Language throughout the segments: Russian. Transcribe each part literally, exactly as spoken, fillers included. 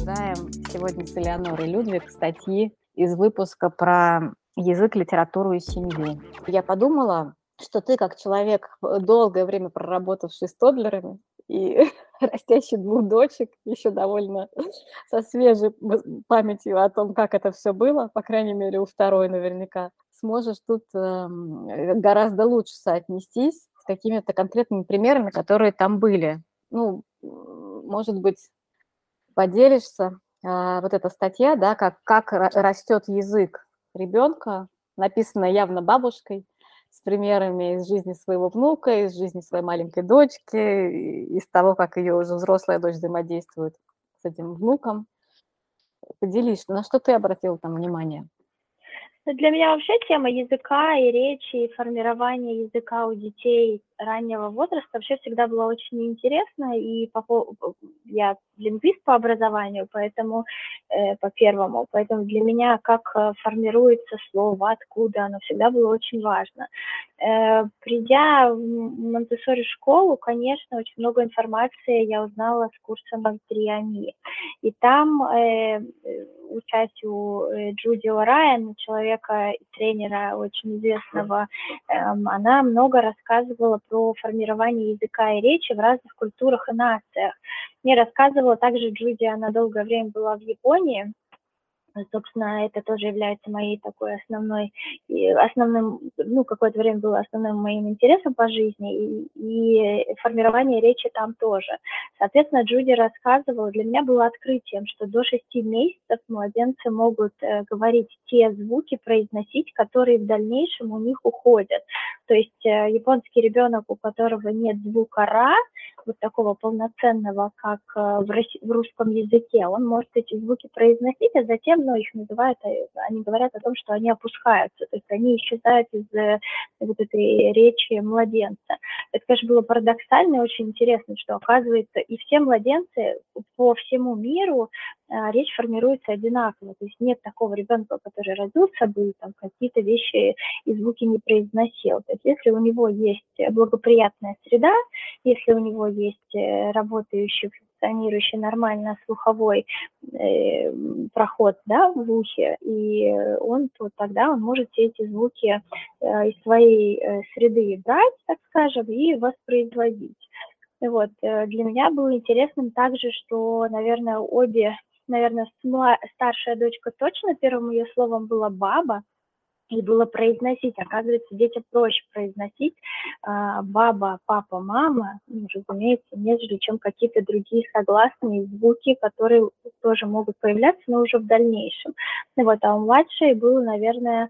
обсуждаем сегодня с Элеонорой Людвиг статьи из выпуска про язык, литературу и семью. Я подумала, что ты, как человек, э, долгое время проработавший с тоддлерами и растящий двух дочек, еще довольно со свежей вос памятью о том, как это все было, по крайней мере, у второй наверняка, сможешь тут, эм, э, гораздо лучше соотнестись с какими-то конкретными примерами, которые там были. Ну, м, может быть, поделишься. А, вот эта статья, да, как как ра растет язык ребенка, написанная явно бабушкой, с примерами из жизни своего внука, из жизни своей маленькой дочки, и из того, как ее уже взрослая дочь взаимодействует с этим внуком. Поделись, на что ты обратила там внимание? Ну, для меня вообще тема языка и речи, и формирования языка у детей раннего возраста вообще всегда была очень интересна. И по, пов- я лингвист по образованию, поэтому э, по первому, поэтому для меня как э, формируется слово, откуда, оно всегда было очень важно. Э, придя в Монтессори школу, конечно, очень много информации я узнала с курса Монтриами. И там, э, учась у э, Джуди О'Райан, человека и тренера очень известного, э, она много рассказывала про формирование языка и речи в разных культурах и нациях. Мне рассказывала также Джуди, она долгое время была в Японии. Собственно, это тоже является моей такой основной, основным, ну, какое-то время было основным моим интересом по жизни, и, и формирование речи там тоже. Соответственно, Джуди рассказывала, для меня было открытием, что до шести месяцев младенцы могут э, говорить те звуки, произносить, которые в дальнейшем у них уходят. То есть э, японский ребенок, у которого нет звука «ра», вот такого полноценного, как э, в, рос- в русском языке, он может эти звуки произносить, а затем, ну, их называют, э, они говорят о том, что они опускаются, то есть они исчезают из э, вот этой речи младенца. Это, конечно, было парадоксально и очень интересно, что, оказывается, и все младенцы по всему миру э, речь формируется одинаково, то есть нет такого ребенка, который родился бы и там какие-то вещи и звуки не произносил. То есть если у него есть благоприятная среда, если у него есть э, работающий, функционирующий нормально слуховой э, проход, да, в ухе, и он, то тогда он может все эти звуки э, из своей э, среды брать, так скажем, и воспроизводить. Вот. э, Для меня было интересным также, что, наверное, обе, наверное, смла- старшая дочка точно первым ее словом была «баба», и было произносить. Оказывается, детям проще произносить а, баба, папа, мама, ну, разумеется, нежели чем какие-то другие согласные звуки, которые тоже могут появляться, но уже в дальнейшем. Ну, вот, а у младшей был, наверное,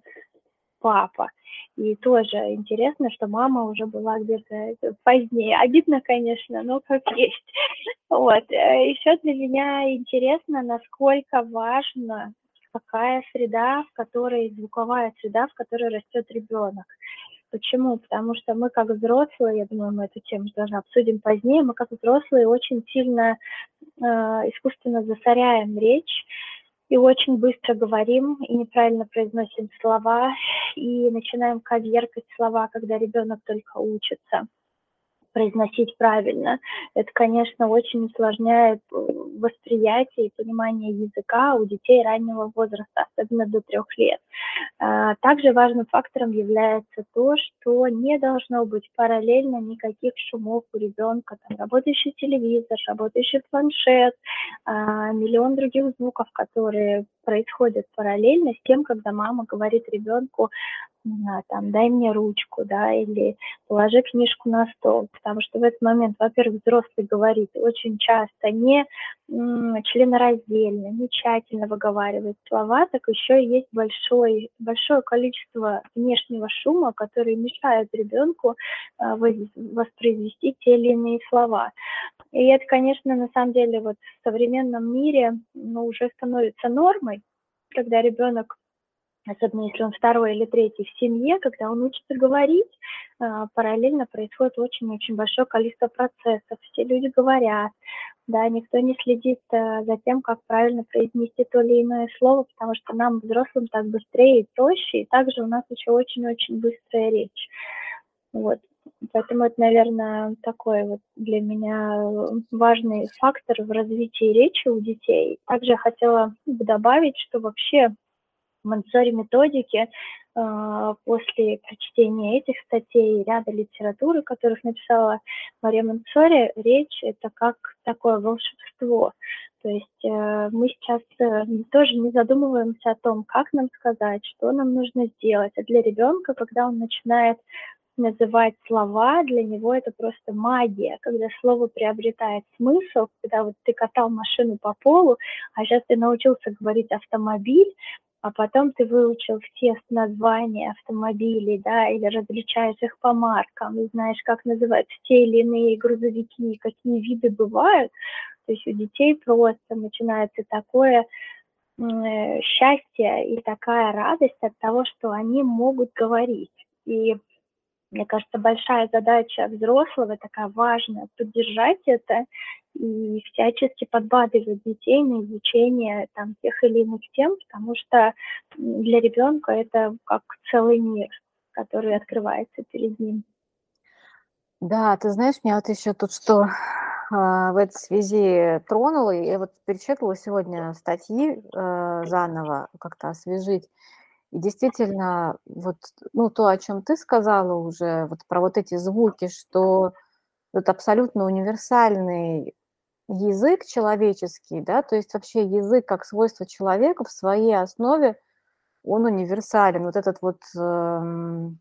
папа. И тоже интересно, что мама уже была где-то позднее. Обидно, конечно, но как есть. Вот. Э, Еще для меня интересно, насколько важно, какая среда, в которой, звуковая среда, в которой растет ребенок. Почему? Потому что мы как взрослые, я думаю, мы эту тему даже обсудим позднее, мы как взрослые очень сильно э, искусственно засоряем речь и очень быстро говорим и неправильно произносим слова, и начинаем коверкать слова, когда ребенок только учится произносить правильно. Это, конечно, очень усложняет э, восприятие и понимание языка у детей раннего возраста, особенно до трех лет. А, Также важным фактором является то, что не должно быть параллельно никаких шумов у ребенка, там, работающий телевизор, работающий планшет, а, миллион других звуков, которые происходят параллельно с тем, когда мама говорит ребенку, не знаю, там, дай мне ручку, да, или положи книжку на стол, потому что в этот момент, во-первых, взрослый говорит очень часто не м, членораздельно, не тщательно выговаривает слова, так еще и есть большой, большое количество внешнего шума, который мешает ребенку э, воспроизвести те или иные слова. И это, конечно, на самом деле вот в современном мире, ну, уже становится нормой, когда ребенок, особенно если он второй или третий в семье, когда он учится говорить, а, параллельно происходит очень-очень большое количество процессов. Все люди говорят, да, никто не следит а, за тем, как правильно произнести то или иное слово, потому что нам, взрослым, так быстрее и проще, и также у нас еще очень-очень быстрая речь. Вот. Поэтому это, наверное, такой вот для меня важный фактор в развитии речи у детей. Также я хотела бы добавить, что вообще Монтессори-методики э, после прочтения этих статей и ряда литературы, которых написала Мария Монтессори, речь – это как такое волшебство. То есть э, мы сейчас э, тоже не задумываемся о том, как нам сказать, что нам нужно сделать. А для ребенка, когда он начинает называть слова, для него это просто магия, когда слово приобретает смысл, когда вот ты катал машину по полу, а сейчас ты научился говорить автомобиль, а потом ты выучил все названия автомобилей, да, или различаешь их по маркам, и знаешь, как называются те или иные грузовики, какие виды бывают. То есть у детей просто начинается такое э, счастье и такая радость от того, что они могут говорить. И мне кажется, большая задача взрослого, такая важная, поддержать это и всячески подбадривать детей на изучение там, тех или иных тем, потому что для ребенка это как целый мир, который открывается перед ним. Да, ты знаешь, меня вот еще тут что а, в этой связи тронуло. Я вот перечитывала сегодня статьи э, заново, как-то освежить. И действительно, вот, ну, то, о чем ты сказала уже, вот про вот эти звуки, что вот абсолютно универсальный язык человеческий, да, то есть вообще язык как свойство человека в своей основе, он универсален. Вот этот вот, эм,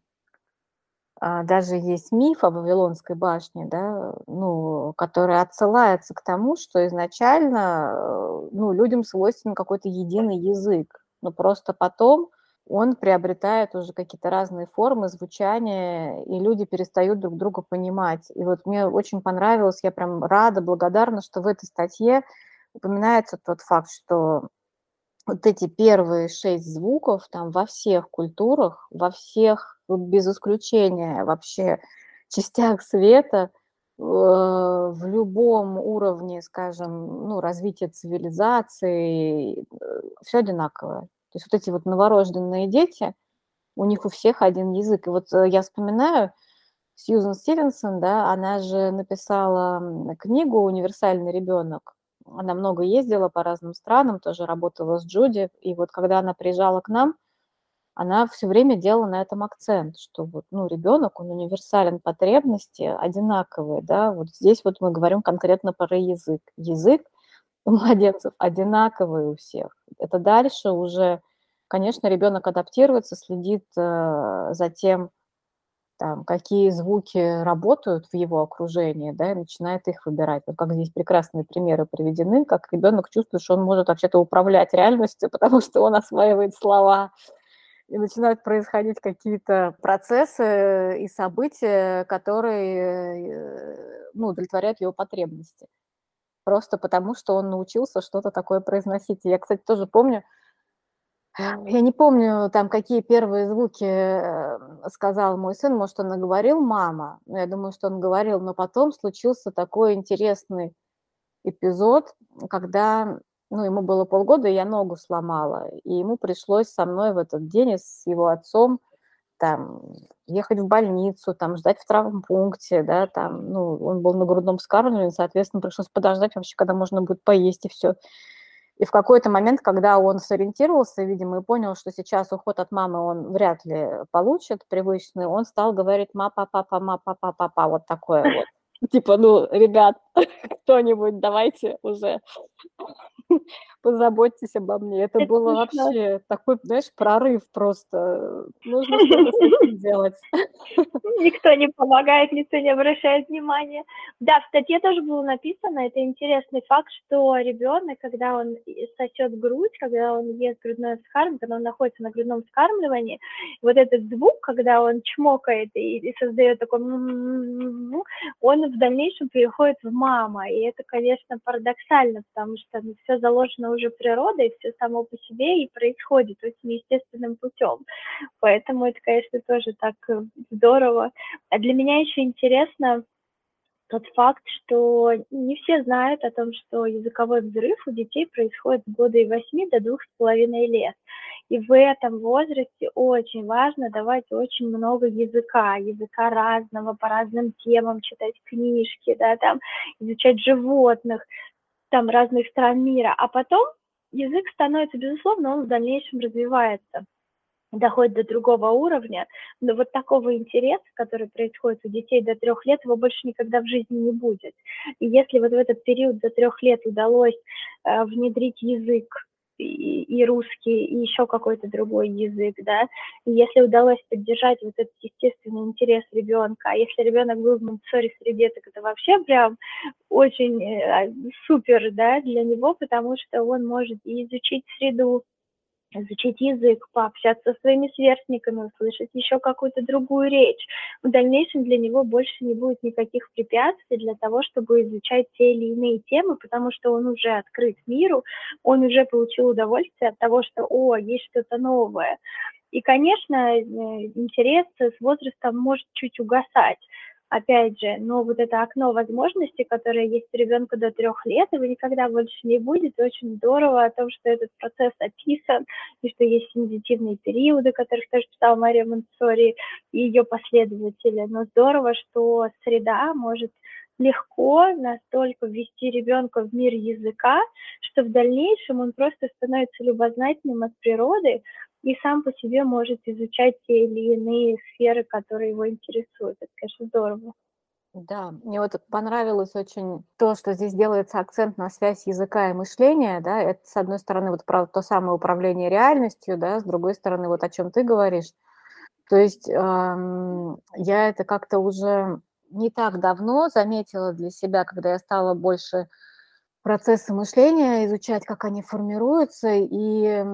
а, даже есть миф о Вавилонской башне, да, ну, который отсылается к тому, что изначально, э, ну, людям свойственен какой-то единый язык, но просто потом он приобретает уже какие-то разные формы, звучания, и люди перестают друг друга понимать. И вот мне очень понравилось, я прям рада, благодарна, что в этой статье упоминается тот факт, что вот эти первые шесть звуков там во всех культурах, во всех, вот без исключения вообще частях света, э, в любом уровне, скажем, ну, развития цивилизации, все одинаковое. То есть вот эти вот новорожденные дети, у них у всех один язык. И вот э, я вспоминаю Сьюзан Стивенсон, да, она же написала м, книгу «Универсальный ребенок». Она много ездила по разным странам, тоже работала с Джуди. И вот когда она приезжала к нам, она все время делала на этом акцент, что вот, ну, ребенок, он универсален, потребности одинаковые, да. Вот здесь вот мы говорим конкретно про язык. Язык у младенцев одинаковый у всех. Это дальше уже, конечно, ребенок адаптируется, следит э, за тем, там, какие звуки работают в его окружении, да, и начинает их выбирать. Вот как здесь прекрасные примеры приведены, как ребенок чувствует, что он может вообще-то управлять реальностью, потому что он осваивает слова, и начинают происходить какие-то процессы и события, которые э, ну, удовлетворяют его потребности. Просто потому, что он научился что-то такое произносить. И я, кстати, тоже помню, я не помню, там, какие первые звуки э, сказал мой сын. Может, он и говорил «мама». Ну, я думаю, что он говорил. Но потом случился такой интересный эпизод, когда, ну, ему было полгода, и я ногу сломала. И ему пришлось со мной в этот день и с его отцом там ехать в больницу, там ждать в травмпункте, да, там, ну, он был на грудном вскармливании, соответственно, пришлось подождать вообще, когда можно будет поесть, и все. И в какой-то момент, когда он сориентировался, видимо, и понял, что сейчас уход от мамы он вряд ли получит привычный, он стал говорить «ма-па-па-па, ма-па-па-па-па», вот такое вот. Типа, ну, ребят, кто-нибудь, давайте уже позаботьтесь обо мне. Это Это было смешно. вообще такой, знаешь, прорыв просто. Нужно что-то с этим делать. Никто не помогает, никто не обращает внимания. Да, в статье тоже было написано, это интересный факт, что ребенок, когда он сосет грудь, когда он ест грудное вскармливание, когда он находится на грудном вскармливании, вот этот звук, когда он чмокает и, и создает такой, он в дальнейшем переходит в мама. И это, конечно, парадоксально, потому что ну, все заложено уже природой, все само по себе и происходит очень естественным путем. Поэтому это, конечно, тоже так здорово. А для меня еще интересно тот факт, что не все знают о том, что языковой взрыв у детей происходит с года и восьми до двух с половиной лет. И в этом возрасте очень важно давать очень много языка, языка разного, по разным темам, читать книжки, да, там, изучать животных, там, разных стран мира. А потом язык становится, безусловно, он в дальнейшем развивается, доходит до другого уровня, но вот такого интереса, который происходит у детей до трех лет, его больше никогда в жизни не будет. И если вот в этот период до трех лет удалось э, внедрить язык, и, и русский, и еще какой-то другой язык, да, и если удалось поддержать вот этот естественный интерес ребенка, а если ребенок был в Монтессори-среде, так это вообще прям очень э, супер, да, для него, потому что он может и изучить среду, изучить язык, пообщаться со своими сверстниками, услышать еще какую-то другую речь. В дальнейшем для него больше не будет никаких препятствий для того, чтобы изучать те или иные темы, потому что он уже открыт миру, он уже получил удовольствие от того, что, о, есть что-то новое. И, конечно, интерес с возрастом может чуть угасать. Опять же, но вот это окно возможностей, которое есть у ребенка до трех лет, его никогда больше не будет. И очень здорово о том, что этот процесс описан, и что есть сензитивные периоды, о которых тоже писала Мария Монтессори и ее последователи. Но здорово, что среда может легко настолько ввести ребенка в мир языка, что в дальнейшем он просто становится любознательным от природы, и сам по себе может изучать те или иные сферы, которые его интересуют. Это, конечно, здорово. Да, мне вот понравилось очень то, что здесь делается акцент на связь языка и мышления, да, это, с одной стороны, вот про то самое управление реальностью, да, с другой стороны, вот о чем ты говоришь. То есть эм, я это как-то уже не так давно заметила для себя, когда я стала больше процессы мышления изучать, как они формируются, и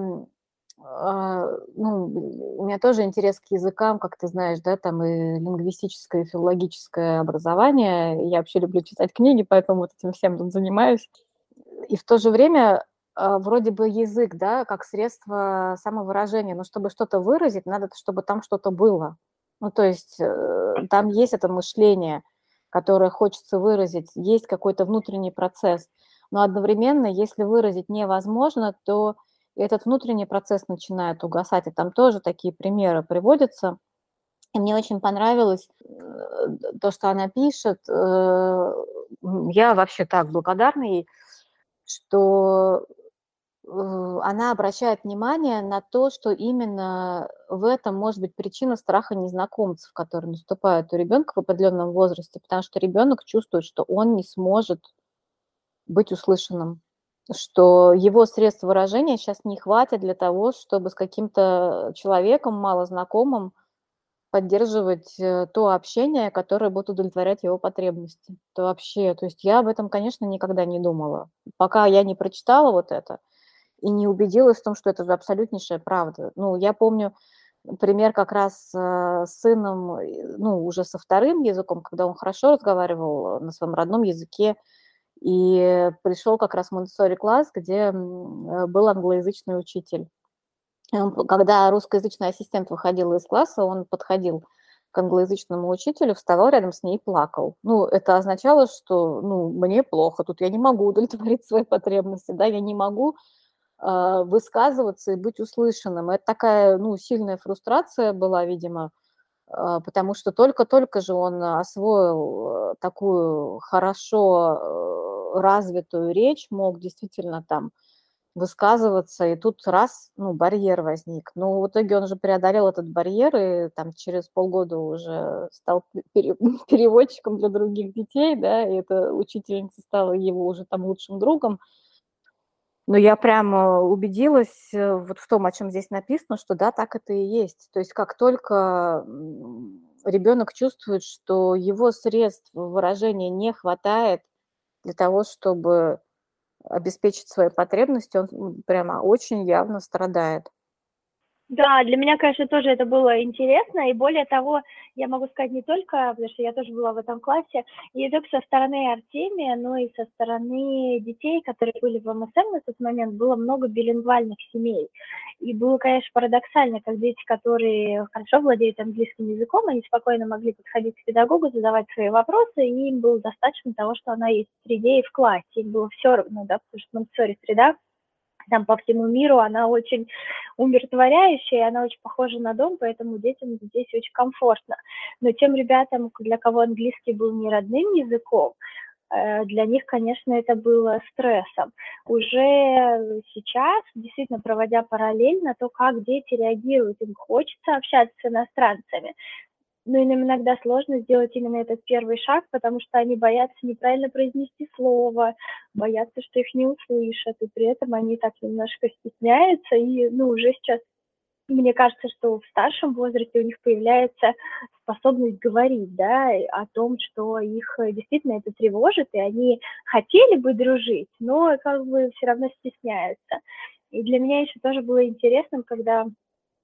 а, ну, у меня тоже интерес к языкам, как ты знаешь, да, там и лингвистическое, и филологическое образование. Я вообще люблю читать книги, поэтому вот этим всем тут занимаюсь. И в то же время а, вроде бы язык, да, как средство самовыражения, но чтобы что-то выразить, надо, чтобы там что-то было. Ну, то есть э, там есть это мышление, которое хочется выразить, есть какой-то внутренний процесс. Но одновременно, если выразить невозможно, то этот внутренний процесс начинает угасать. И там тоже такие примеры приводятся. И мне очень понравилось э, то, что она пишет. Э, Я вообще так благодарна ей, что э, она обращает внимание на то, что именно в этом может быть причина страха незнакомцев, которые наступают у ребенка в определенном возрасте, потому что ребенок чувствует, что он не сможет быть услышанным, что его средств выражения сейчас не хватит для того, чтобы с каким-то человеком малознакомым поддерживать э, то общение, которое будет удовлетворять его потребности. То вообще, то есть я об этом, конечно, никогда не думала. Пока я не прочитала вот это и не убедилась в том, что это же абсолютнейшая правда. Ну, я помню пример как раз э, с сыном, э, ну, уже со вторым языком, когда он хорошо разговаривал на своем родном языке, и пришел как раз в Монтессори-класс, где м, э, был англоязычный учитель. И он, когда русскоязычный ассистент выходил из класса, он подходил к англоязычному учителю, вставал рядом с ней и плакал. Ну, это означало, что, ну, мне плохо, тут я не могу удовлетворить свои потребности, да, я не могу э, высказываться и быть услышанным. Это такая, ну, сильная фрустрация была, видимо, э, потому что только-только же он освоил э, такую хорошо э, развитую речь, мог действительно там высказываться, и тут раз, ну, барьер возник. Но в итоге он же преодолел этот барьер, и там через полгода уже стал пере- переводчиком для других детей, да, и эта учительница стала его уже там лучшим другом. Но я прямо убедилась э, вот в том, о чем здесь написано, что да, так это и есть. То есть как только ребенок чувствует, что его средств выражения не хватает для того, чтобы обеспечить свои потребности, он м, прямо очень явно страдает. Да, для меня, конечно, тоже это было интересно, и более того, я могу сказать не только, потому что я тоже была в этом классе, не только со стороны Артемия, но и со стороны детей, которые были в МСМ на тот момент, было много билингвальных семей. И было, конечно, парадоксально, как дети, которые хорошо владеют английским языком, они спокойно могли подходить к педагогу, задавать свои вопросы, и им было достаточно того, что она есть в среде и в классе. Им было все равно, да, потому что Монтессори среда там по всему миру, она очень умиротворяющая, она очень похожа на дом, поэтому детям здесь очень комфортно. Но тем ребятам, для кого английский был не родным языком, для них, конечно, это было стрессом. Уже сейчас, действительно, проводя параллель на то, как дети реагируют, им хочется общаться с иностранцами, но им иногда сложно сделать именно этот первый шаг, потому что они боятся неправильно произнести слово, боятся, что их не услышат, и при этом они так немножко стесняются, и ну, уже сейчас мне кажется, что в старшем возрасте у них появляется способность говорить, да, о том, что их действительно это тревожит, и они хотели бы дружить, но как бы все равно стесняются. И для меня еще тоже было интересным, когда э,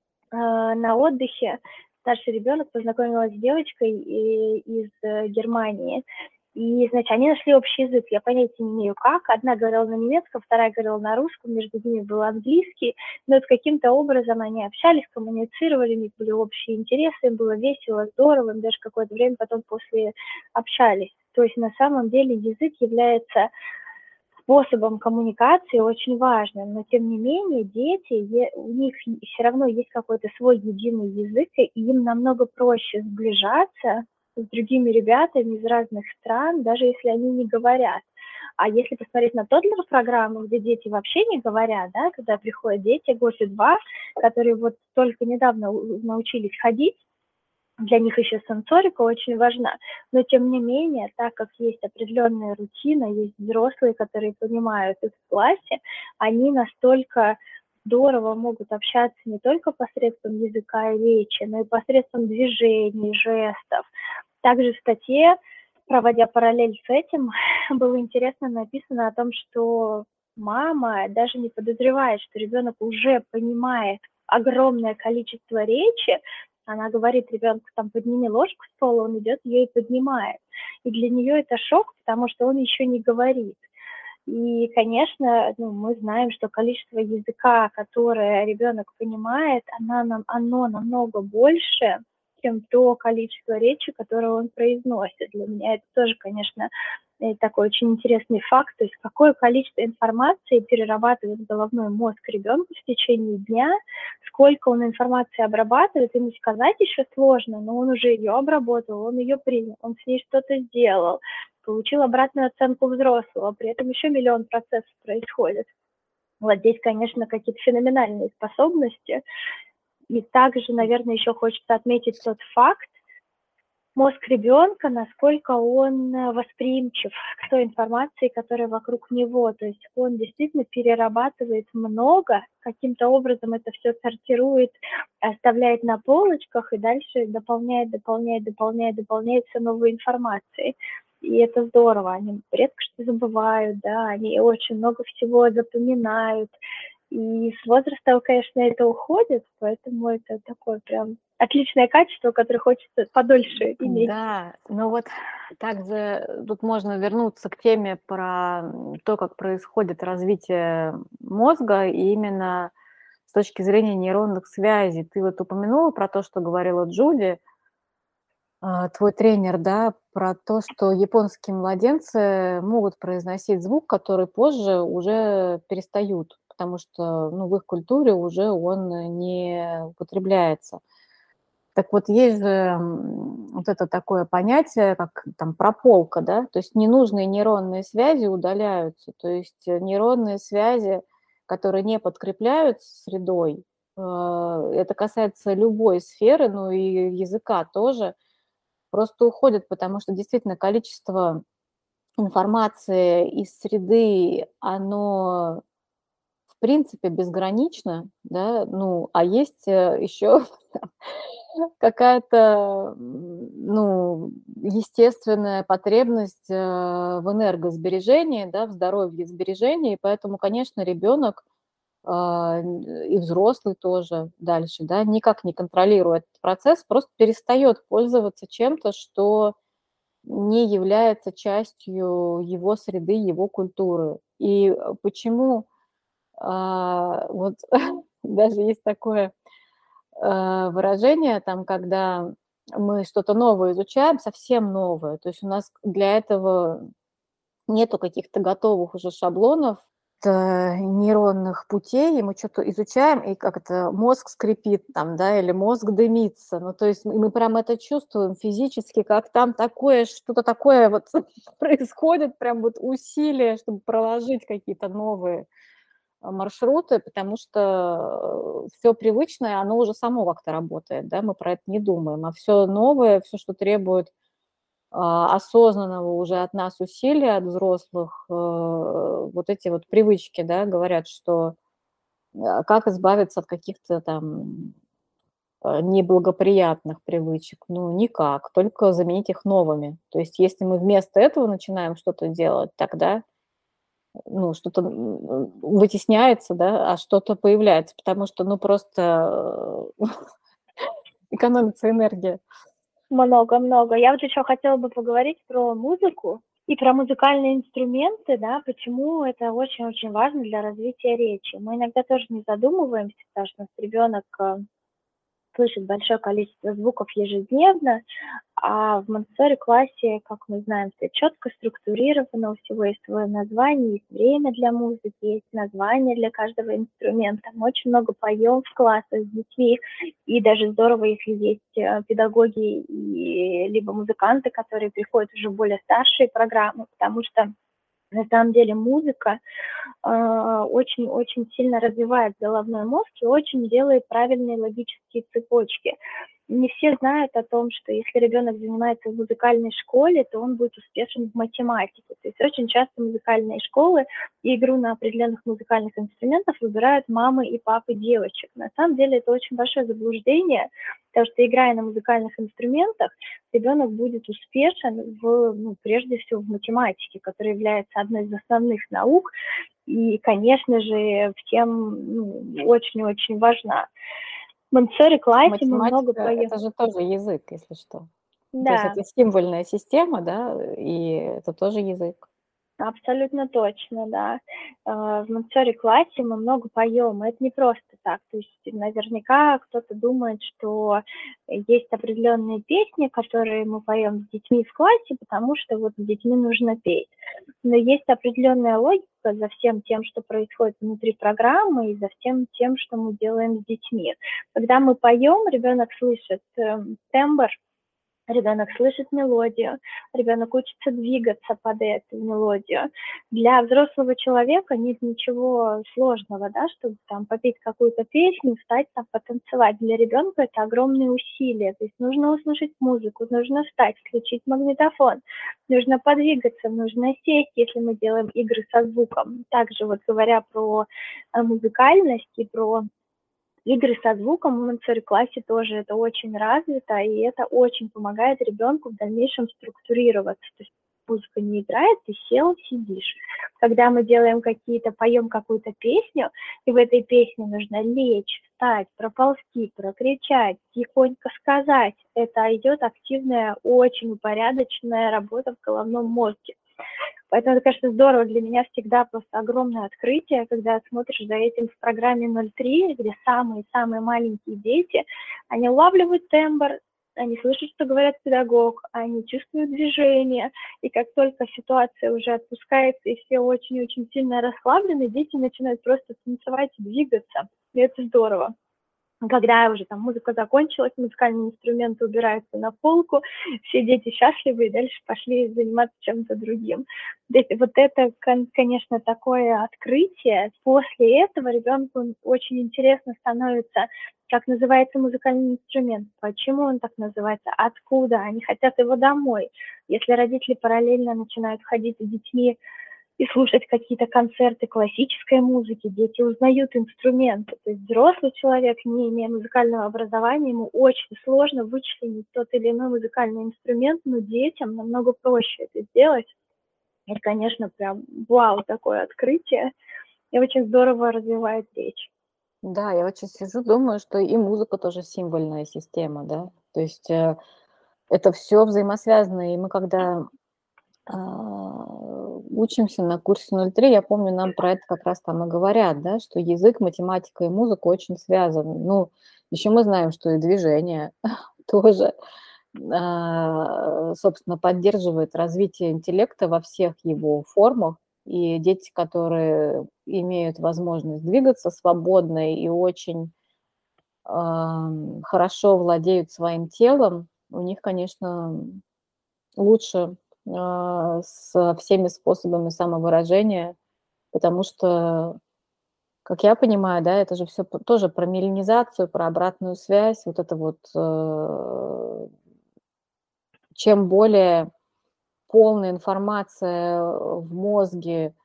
на отдыхе старший ребенок познакомилась с девочкой и, из э, Германии, и, значит, они нашли общий язык, я понятия не имею как. Одна говорила на немецком, вторая говорила на русском, между ними был английский. Но вот каким-то образом они общались, коммуницировали, у них были общие интересы, им было весело, здорово, им даже какое-то время потом после общались. То есть на самом деле язык является способом коммуникации очень важным, но тем не менее дети, у них все равно есть какой-то свой единый язык, и им намного проще сближаться с другими ребятами из разных стран, даже если они не говорят. А если посмотреть на тоддлер-программу, где дети вообще не говорят, да, когда приходят дети, год и два, которые вот только недавно научились ходить, для них еще сенсорика очень важна, но тем не менее, так как есть определенная рутина, есть взрослые, которые понимают их в классе, они настолько здорово могут общаться не только посредством языка и речи, но и посредством движений, жестов. Также в статье, проводя параллель с этим, было интересно написано о том, что мама даже не подозревает, что ребенок уже понимает огромное количество речи. Она говорит ребенку, там, подними ложку с пола, он идет, ее и поднимает. И для нее это шок, потому что он еще не говорит. И, конечно, ну, мы знаем, что количество языка, которое ребенок понимает, оно, оно намного больше, чем то количество речи, которое он произносит. Для меня это тоже, конечно, такой очень интересный факт, то есть какое количество информации перерабатывает головной мозг ребенка в течение дня, сколько он информации обрабатывает, ему сказать еще сложно, но он уже ее обработал, он ее принял, он с ней что-то сделал, получил обратную оценку взрослого, при этом еще миллион процессов происходит. Вот здесь, конечно, какие-то феноменальные способности. И также, наверное, еще хочется отметить тот факт, мозг ребенка, насколько он восприимчив к той информации, которая вокруг него. То есть он действительно перерабатывает много, каким-то образом это все сортирует, оставляет на полочках и дальше дополняет, дополняет, дополняет, дополняет все новой информацией. И это здорово. Они редко что забывают, да, они очень много всего запоминают. И с возрастом, конечно, это уходит, поэтому это такое прям отличное качество, которое хочется подольше иметь. Да, но вот также тут можно вернуться к теме про то, как происходит развитие мозга, и именно с точки зрения нейронных связей. Ты вот упомянула про то, что говорила Джуди, твой тренер, да, про то, что японские младенцы могут произносить звук, который позже уже перестают, потому что, ну, в их культуре уже он не употребляется. Так вот, есть же вот это такое понятие, как там прополка, да, то есть ненужные нейронные связи удаляются, то есть нейронные связи, которые не подкрепляются средой, это касается любой сферы, ну и языка тоже, просто уходят, потому что действительно количество информации из среды, оно в принципе безгранично, да, ну, а есть еще какая-то, ну, естественная потребность в энергосбережении, да, в здоровье, сбережении, поэтому, конечно, ребенок и взрослый тоже дальше, да, никак не контролируя этот процесс, просто перестает пользоваться чем-то, что не является частью его среды, его культуры. И почему вот даже есть такое выражение, там, когда мы что-то новое изучаем, совсем новое, то есть у нас для этого нету каких-то готовых уже шаблонов, э, нейронных путей, и мы что-то изучаем, и как это мозг скрипит там, да, или мозг дымится. Ну, то есть мы мы прям это чувствуем физически, как там такое, что-то такое вот происходит, прям вот усилия, чтобы проложить какие-то новые а, маршруты, потому что все привычное, оно уже само как-то работает, да, мы про это не думаем. А все новое, все, что требует а, осознанного уже от нас усилия, от взрослых, э, вот эти вот привычки, да, говорят, что а, как избавиться от каких-то там э, неблагоприятных привычек? Ну, никак, только заменить их новыми. То есть если мы вместо этого начинаем что-то делать, тогда ну, что-то м, вытесняется, да, а что-то появляется, потому что, ну, просто э, экономится энергия. Много-много. Я вот еще хотела бы поговорить про музыку и про музыкальные инструменты, да, почему это очень-очень важно для развития речи. Мы иногда тоже не задумываемся, потому что у нас ребенок э, слышит большое количество звуков ежедневно, а в Монтессори-классе, как мы знаем, все четко структурировано, у всего есть свое название, есть время для музыки, есть название для каждого инструмента. Мы очень много поем в классах с детьми, и даже здорово, если есть э, педагоги и либо музыканты, которые приходят уже в более старшие программы, потому что на самом деле музыка очень-очень сильно развивает головной мозг и очень делает правильные логические цепочки. Не все знают о том, что если ребенок занимается в музыкальной школе, то он будет успешен в математике. То есть очень часто музыкальные школы и игру на определенных музыкальных инструментах выбирают мамы и папы девочек. На самом деле это очень большое заблуждение, потому что, играя на музыкальных инструментах, ребенок будет успешен в, ну, прежде всего в математике, которая является одной из основных наук, и, конечно же, всем ну, очень-очень важна. В Монтессори-классе мы много Математика — поем. это же тоже язык, если что. То есть Да, это символьная система, да, и это тоже язык. абсолютно точно, да. Э, В Монтессори-классе мы много поем, и это не просто так. То есть наверняка кто-то думает, что есть определенные песни, которые мы поем с детьми в классе, потому что вот с детьми нужно петь. Но есть определенная логика за всем тем, что происходит внутри программы, и за всем тем, что мы делаем с детьми. Когда мы поем, ребенок слышит э, тембр, ребенок слышит мелодию, ребенок учится двигаться под эту мелодию. Для взрослого человека нет ничего сложного, да, чтобы там попеть какую-то песню, встать там, потанцевать. Для ребенка это огромные усилия. То есть нужно услышать музыку, нужно встать, включить магнитофон, нужно подвигаться, нужно сесть, если мы делаем игры со звуком. Также вот говоря про э, музыкальность и про игры со звуком в Монтессори-классе тоже это очень развито, и это очень помогает ребенку в дальнейшем структурироваться. То есть музыка не играет, ты сел, сидишь. Когда мы делаем какие-то, поем какую-то песню, и в этой песне нужно лечь, встать, проползти, прокричать, тихонько сказать, это идет активная, очень упорядоченная работа в головном мозге. Поэтому это, конечно, здорово. Для меня всегда просто огромное открытие, когда смотришь за этим в программе ноль три, где самые-самые маленькие дети, они улавливают тембр, они слышат, что говорит педагог, они чувствуют движение, и как только ситуация уже отпускается, и все очень-очень сильно расслаблены, дети начинают просто танцевать и двигаться, и это здорово. Когда уже там музыка закончилась, музыкальные инструменты убираются на полку, все дети счастливы и дальше пошли заниматься чем-то другим. Вот это, конечно, такое открытие. После этого ребенку очень интересно становится, как называется музыкальный инструмент, почему он так называется, откуда, они хотят его домой. Если родители параллельно начинают ходить с детьми и слушать какие-то концерты классической музыки, дети узнают инструменты. То есть взрослый человек, не имея музыкального образования, ему очень сложно вычленить тот или иной музыкальный инструмент, но детям намного проще это сделать. Это, конечно, прям вау, такое открытие. И очень здорово развивает речь. Да, я очень сижу, думаю, что и музыка тоже символьная система, да. То есть э, это все взаимосвязано. И мы когда а, учимся на курсе ноль три, я помню, нам про это как раз там и говорят, да, что язык, математика и музыка очень связаны. Ну, еще мы знаем, что и движение тоже, а, собственно, поддерживает развитие интеллекта во всех его формах. И дети, которые имеют возможность двигаться свободно и очень ам, хорошо владеют своим телом, у них, конечно, лучше а, со всеми способами самовыражения, потому что, как я понимаю, да, это же все тоже про миелинизацию, про обратную связь. Вот это вот, э, чем более полная информация в мозге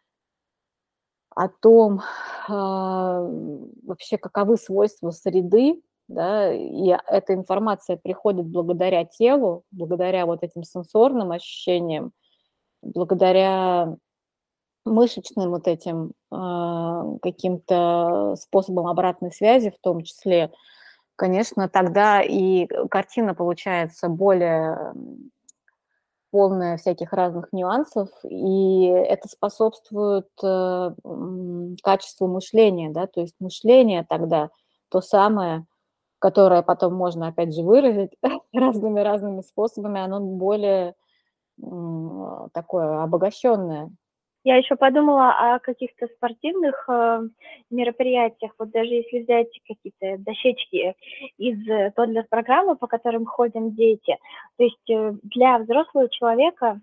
о том, а, вообще, каковы свойства среды, да, и эта информация приходит благодаря телу, благодаря вот этим сенсорным ощущениям, благодаря мышечным вот этим а, каким-то способам обратной связи в том числе, конечно, тогда и картина получается более полная всяких разных нюансов, и это способствует э, м, качеству мышления, да, то есть мышление тогда то самое, которое потом можно опять же выразить разными-разными способами, оно более м, такое обогащенное. Я еще подумала о каких-то спортивных э, мероприятиях. Вот даже если взять какие-то дощечки из э, тодлер-программы, по которым ходят дети, то есть э, для взрослого человека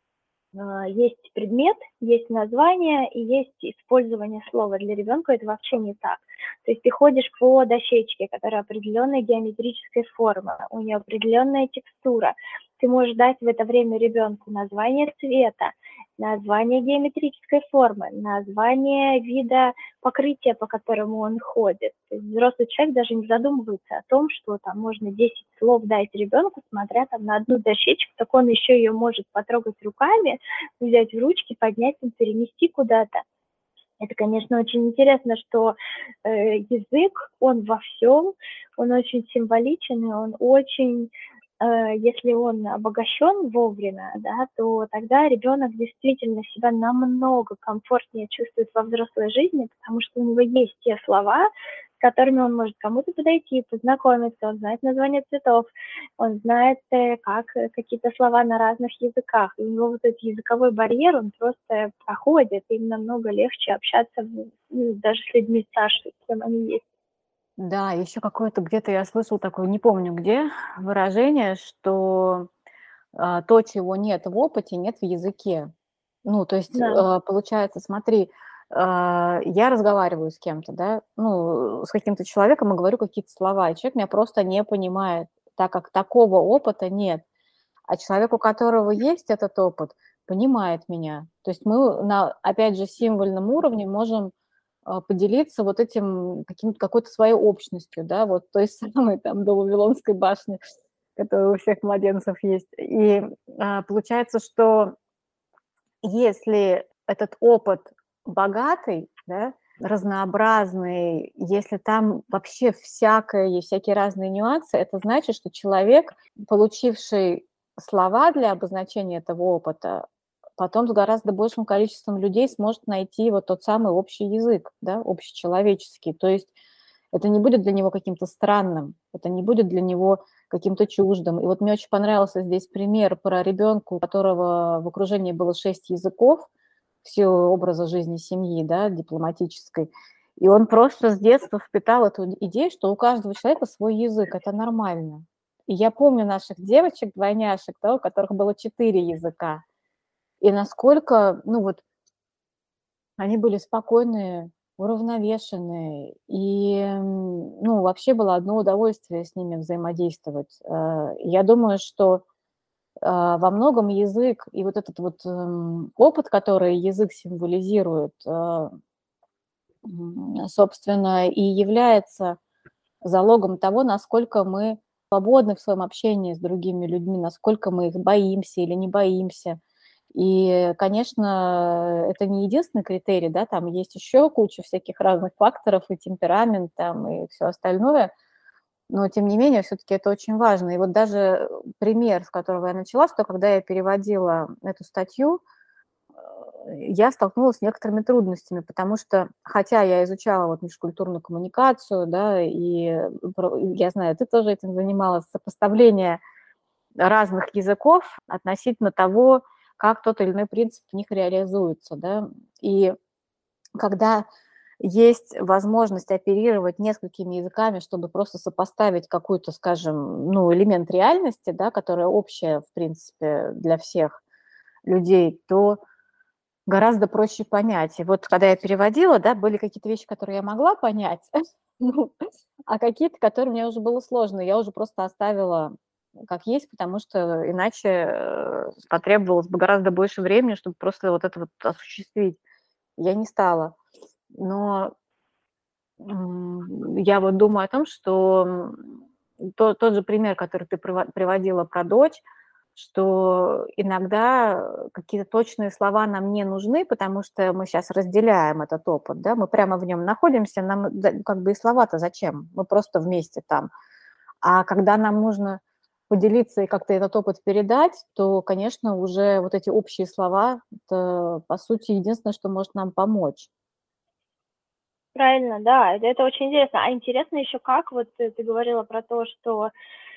а, есть предмет, есть название и есть использование слова. Для ребенка это вообще не так. То есть ты ходишь по дощечке, которая определенной геометрической формы, у нее определенная текстура. Ты можешь дать в это время ребенку название цвета, название геометрической формы, название вида покрытия, по которому он ходит. То есть взрослый человек даже не задумывается о том, что там можно десять слов дать ребенку, смотря там на одну дощечку, так он еще ее может потрогать руками, взять в ручки, поднять и перенести куда-то. Это, конечно, очень интересно, что э, язык, он во всем, он очень символичен, и он очень, э, если он обогащен вовремя, да, то тогда ребенок действительно себя намного комфортнее чувствует во взрослой жизни, потому что у него есть те слова, с которыми он может кому-то подойти, познакомиться, он знает название цветов, он знает, э, как э, какие-то слова на разных языках. И у него вот этот языковой барьер, он просто проходит, им намного легче общаться ну, даже с людьми старше, чем они есть. Да, еще какое-то где-то я слышал такое, не помню где, выражение, что а, то, чего нет в опыте, нет в языке. Ну, то есть, Да. э, получается, смотри, а, я разговариваю с кем-то, да, ну, с каким-то человеком и говорю какие-то слова, и человек меня просто не понимает, так как такого опыта нет. А человек, у которого есть этот опыт, понимает меня. То есть мы на, опять же, символьном уровне можем а, поделиться вот этим каким-то какой-то своей общностью, да, вот той самой там до Вавилонской башни, которая у всех младенцев есть. И а, получается, что если этот опыт богатый, да, разнообразный, если там вообще всякое, есть всякие разные нюансы, это значит, что человек, получивший слова для обозначения этого опыта, потом с гораздо большим количеством людей сможет найти вот тот самый общий язык, да, общечеловеческий. То есть это не будет для него каким-то странным, это не будет для него каким-то чуждым. И вот мне очень понравился здесь пример про ребенка, у которого в окружении было шесть языков, в силу образа жизни семьи, да, дипломатической. И он просто с детства впитал эту идею, что у каждого человека свой язык, это нормально. И я помню наших девочек, двойняшек, да, у которых было четыре языка. И насколько, ну вот, они были спокойные, уравновешенные, и, м, ну, вообще было одно удовольствие с ними взаимодействовать. Э, я думаю, что а, во многом язык и вот этот вот эм, опыт, который язык символизирует, а, м, собственно, и является залогом того, насколько мы свободны в своем общении с другими людьми, насколько мы их боимся или не боимся. И, конечно, это не единственный критерий, да, там есть еще куча всяких разных факторов, и темперамент там, и все остальное, но тем не менее все-таки это очень важно. И вот даже пример, с которого я начала, что когда я переводила эту статью, я столкнулась с некоторыми трудностями, потому что, хотя я изучала вот межкультурную коммуникацию, да, и про- я знаю, ты тоже этим занималась, сопоставление разных языков относительно того, как тот или иной принцип в них реализуется, да. И когда есть возможность оперировать несколькими языками, чтобы просто сопоставить какой-то, скажем, ну, элемент реальности, да, которая общая, в принципе, для всех людей, то гораздо проще понять. И вот когда я переводила, да, были какие-то вещи, которые я могла понять, ну, а какие-то, которые мне уже было сложно. Я уже просто оставила как есть, потому что иначе э, потребовалось бы гораздо больше времени, чтобы просто вот это вот осуществить. Я не стала. Но м, я вот думаю о том, что м, то- тот же пример, который ты прива- приводила про дочь, что иногда какие-то точные слова нам не нужны, потому что мы сейчас разделяем этот опыт, да, мы прямо в нем находимся, нам да, как бы и слова-то зачем? Мы просто вместе там. А когда нам нужно поделиться и как-то этот опыт передать, то, конечно, уже вот эти общие слова, это, по сути, единственное, что может нам помочь. Правильно, да, это, это очень интересно. А интересно еще как, вот ты, ты говорила про то, что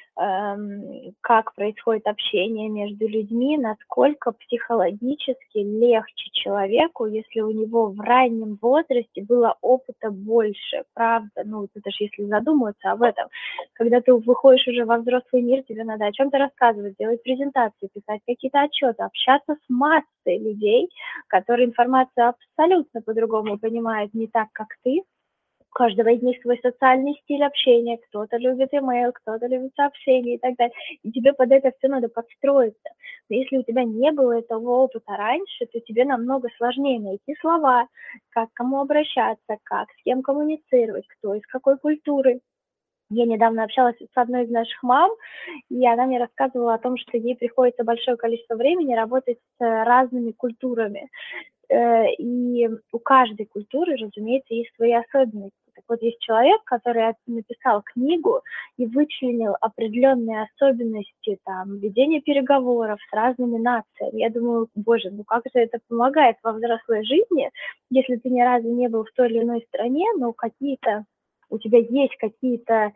эм, как происходит общение между людьми, насколько психологически легче человеку, если у него в раннем возрасте было опыта больше, правда, ну, вот это же если задумываться об этом, когда ты выходишь уже во взрослый мир, тебе надо о чем-то рассказывать, делать презентации, писать какие-то отчеты, общаться с массой людей, которые информацию абсолютно по-другому понимают, не так, как ты. У каждого из них свой социальный стиль общения, кто-то любит имейл, кто-то любит сообщения и так далее. И тебе под это все надо подстроиться. Но если у тебя не было этого опыта раньше, то тебе намного сложнее найти слова, как к кому обращаться, как с кем коммуницировать, кто из какой культуры. Я недавно общалась с одной из наших мам, и она мне рассказывала о том, что ей приходится большое количество времени работать с разными культурами. Э, и у каждой культуры, разумеется, есть свои особенности. Так вот, есть человек, который написал книгу и вычленил определенные особенности там, ведения переговоров с разными нациями. Я думаю, боже, ну как же это помогает во взрослой жизни, если ты ни разу не был в той или иной стране, но какие-то у тебя есть какие-то,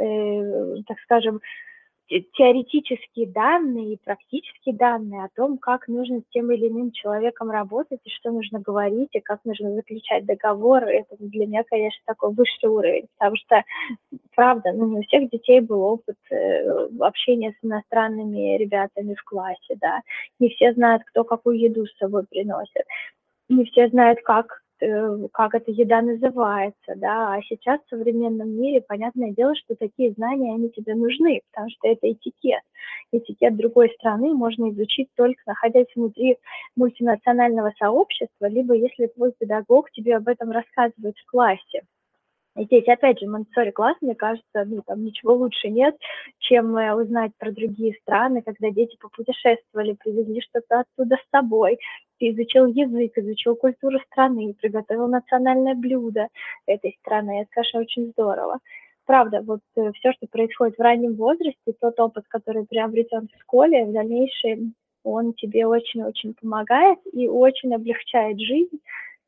э, так скажем, теоретические данные и практические данные о том, как нужно с тем или иным человеком работать, и что нужно говорить, и как нужно заключать договор. Это для меня, конечно, такой высший уровень, потому что, правда, ну, не у всех детей был опыт э, общения с иностранными ребятами в классе, да. Не все знают, кто какую еду с собой приносит. Не все знают, как как эта еда называется, да, а сейчас в современном мире, понятное дело, что такие знания, они тебе нужны, потому что это этикет. Этикет другой страны можно изучить только находясь внутри мультинационального сообщества, либо если твой педагог тебе об этом рассказывает в классе. И здесь, опять же, Монтессори класс, мне кажется, ну, там ничего лучше нет, чем э, узнать про другие страны, когда дети попутешествовали, привезли что-то оттуда с собой, ты изучил язык, изучил культуру страны, приготовил национальное блюдо этой страны. Это, конечно, очень здорово. Правда, вот э, все, что происходит в раннем возрасте, тот опыт, который приобретен в школе, в дальнейшем он тебе очень-очень помогает и очень облегчает жизнь,